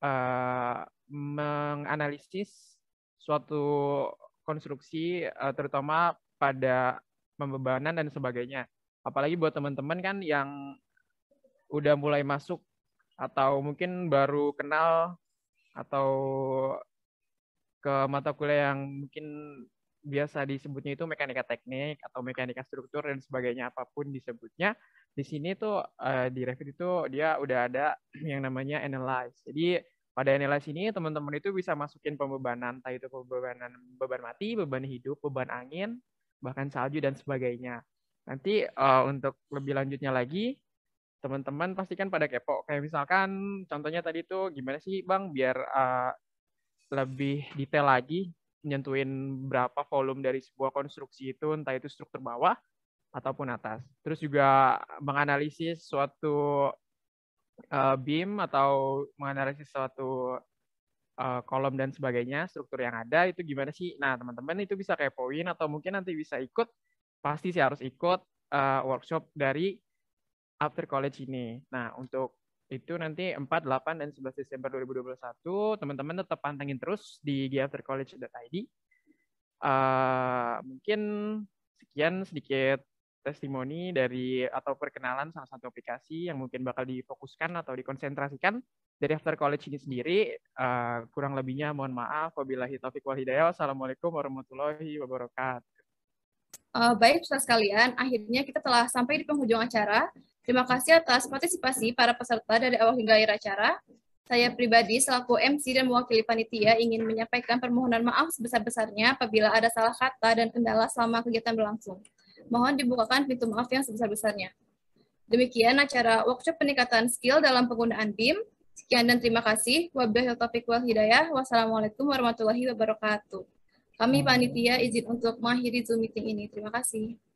menganalisis suatu konstruksi terutama pada pembebanan dan sebagainya. Apalagi buat teman-teman kan yang udah mulai masuk atau mungkin baru kenal atau ke mata kuliah yang mungkin biasa disebutnya itu mekanika teknik atau mekanika struktur dan sebagainya, apapun disebutnya. Di sini tuh di Revit itu dia udah ada yang namanya analyze. Jadi pada analyze ini teman-teman itu bisa masukin pembebanan, entah itu pembebanan beban mati, beban hidup, beban angin, bahkan salju dan sebagainya. Nanti untuk lebih lanjutnya lagi, teman-teman pasti kan pada kepo. Kayak misalkan contohnya tadi tuh gimana sih Bang biar lebih detail lagi nyentuhin berapa volume dari sebuah konstruksi itu, entah itu struktur bawah ataupun atas. Terus juga menganalisis suatu beam atau menganalisis suatu kolom dan sebagainya, struktur yang ada itu gimana sih. Nah, teman-teman itu bisa kepoin atau mungkin nanti bisa ikut, pasti sih harus ikut workshop dari After College ini. Nah, untuk itu nanti 4, 8, dan 11 Desember 2021, teman-teman tetap pantengin terus di gaftercollege.id. Mungkin sekian sedikit testimoni dari atau perkenalan salah satu aplikasi yang mungkin bakal difokuskan atau dikonsentrasikan dari After College ini sendiri. Kurang lebihnya mohon maaf. Wabillahi taufiq wal hidayah. Wassalamualaikum warahmatullahi wabarakatuh. Baik, peserta sekalian, akhirnya kita telah sampai di penghujung acara. Terima kasih atas partisipasi para peserta dari awal hingga akhir acara. Saya pribadi selaku MC dan mewakili panitia ingin menyampaikan permohonan maaf sebesar-besarnya apabila ada salah kata dan kendala selama kegiatan berlangsung. Mohon dibukakan pintu maaf yang sebesar-besarnya. Demikian acara workshop peningkatan skill dalam penggunaan BIM. Sekian dan terima kasih. Wabillahi taufiq wal hidayah. Wassalamualaikum warahmatullahi wabarakatuh. Kami panitia izin untuk mengakhiri Zoom meeting ini. Terima kasih.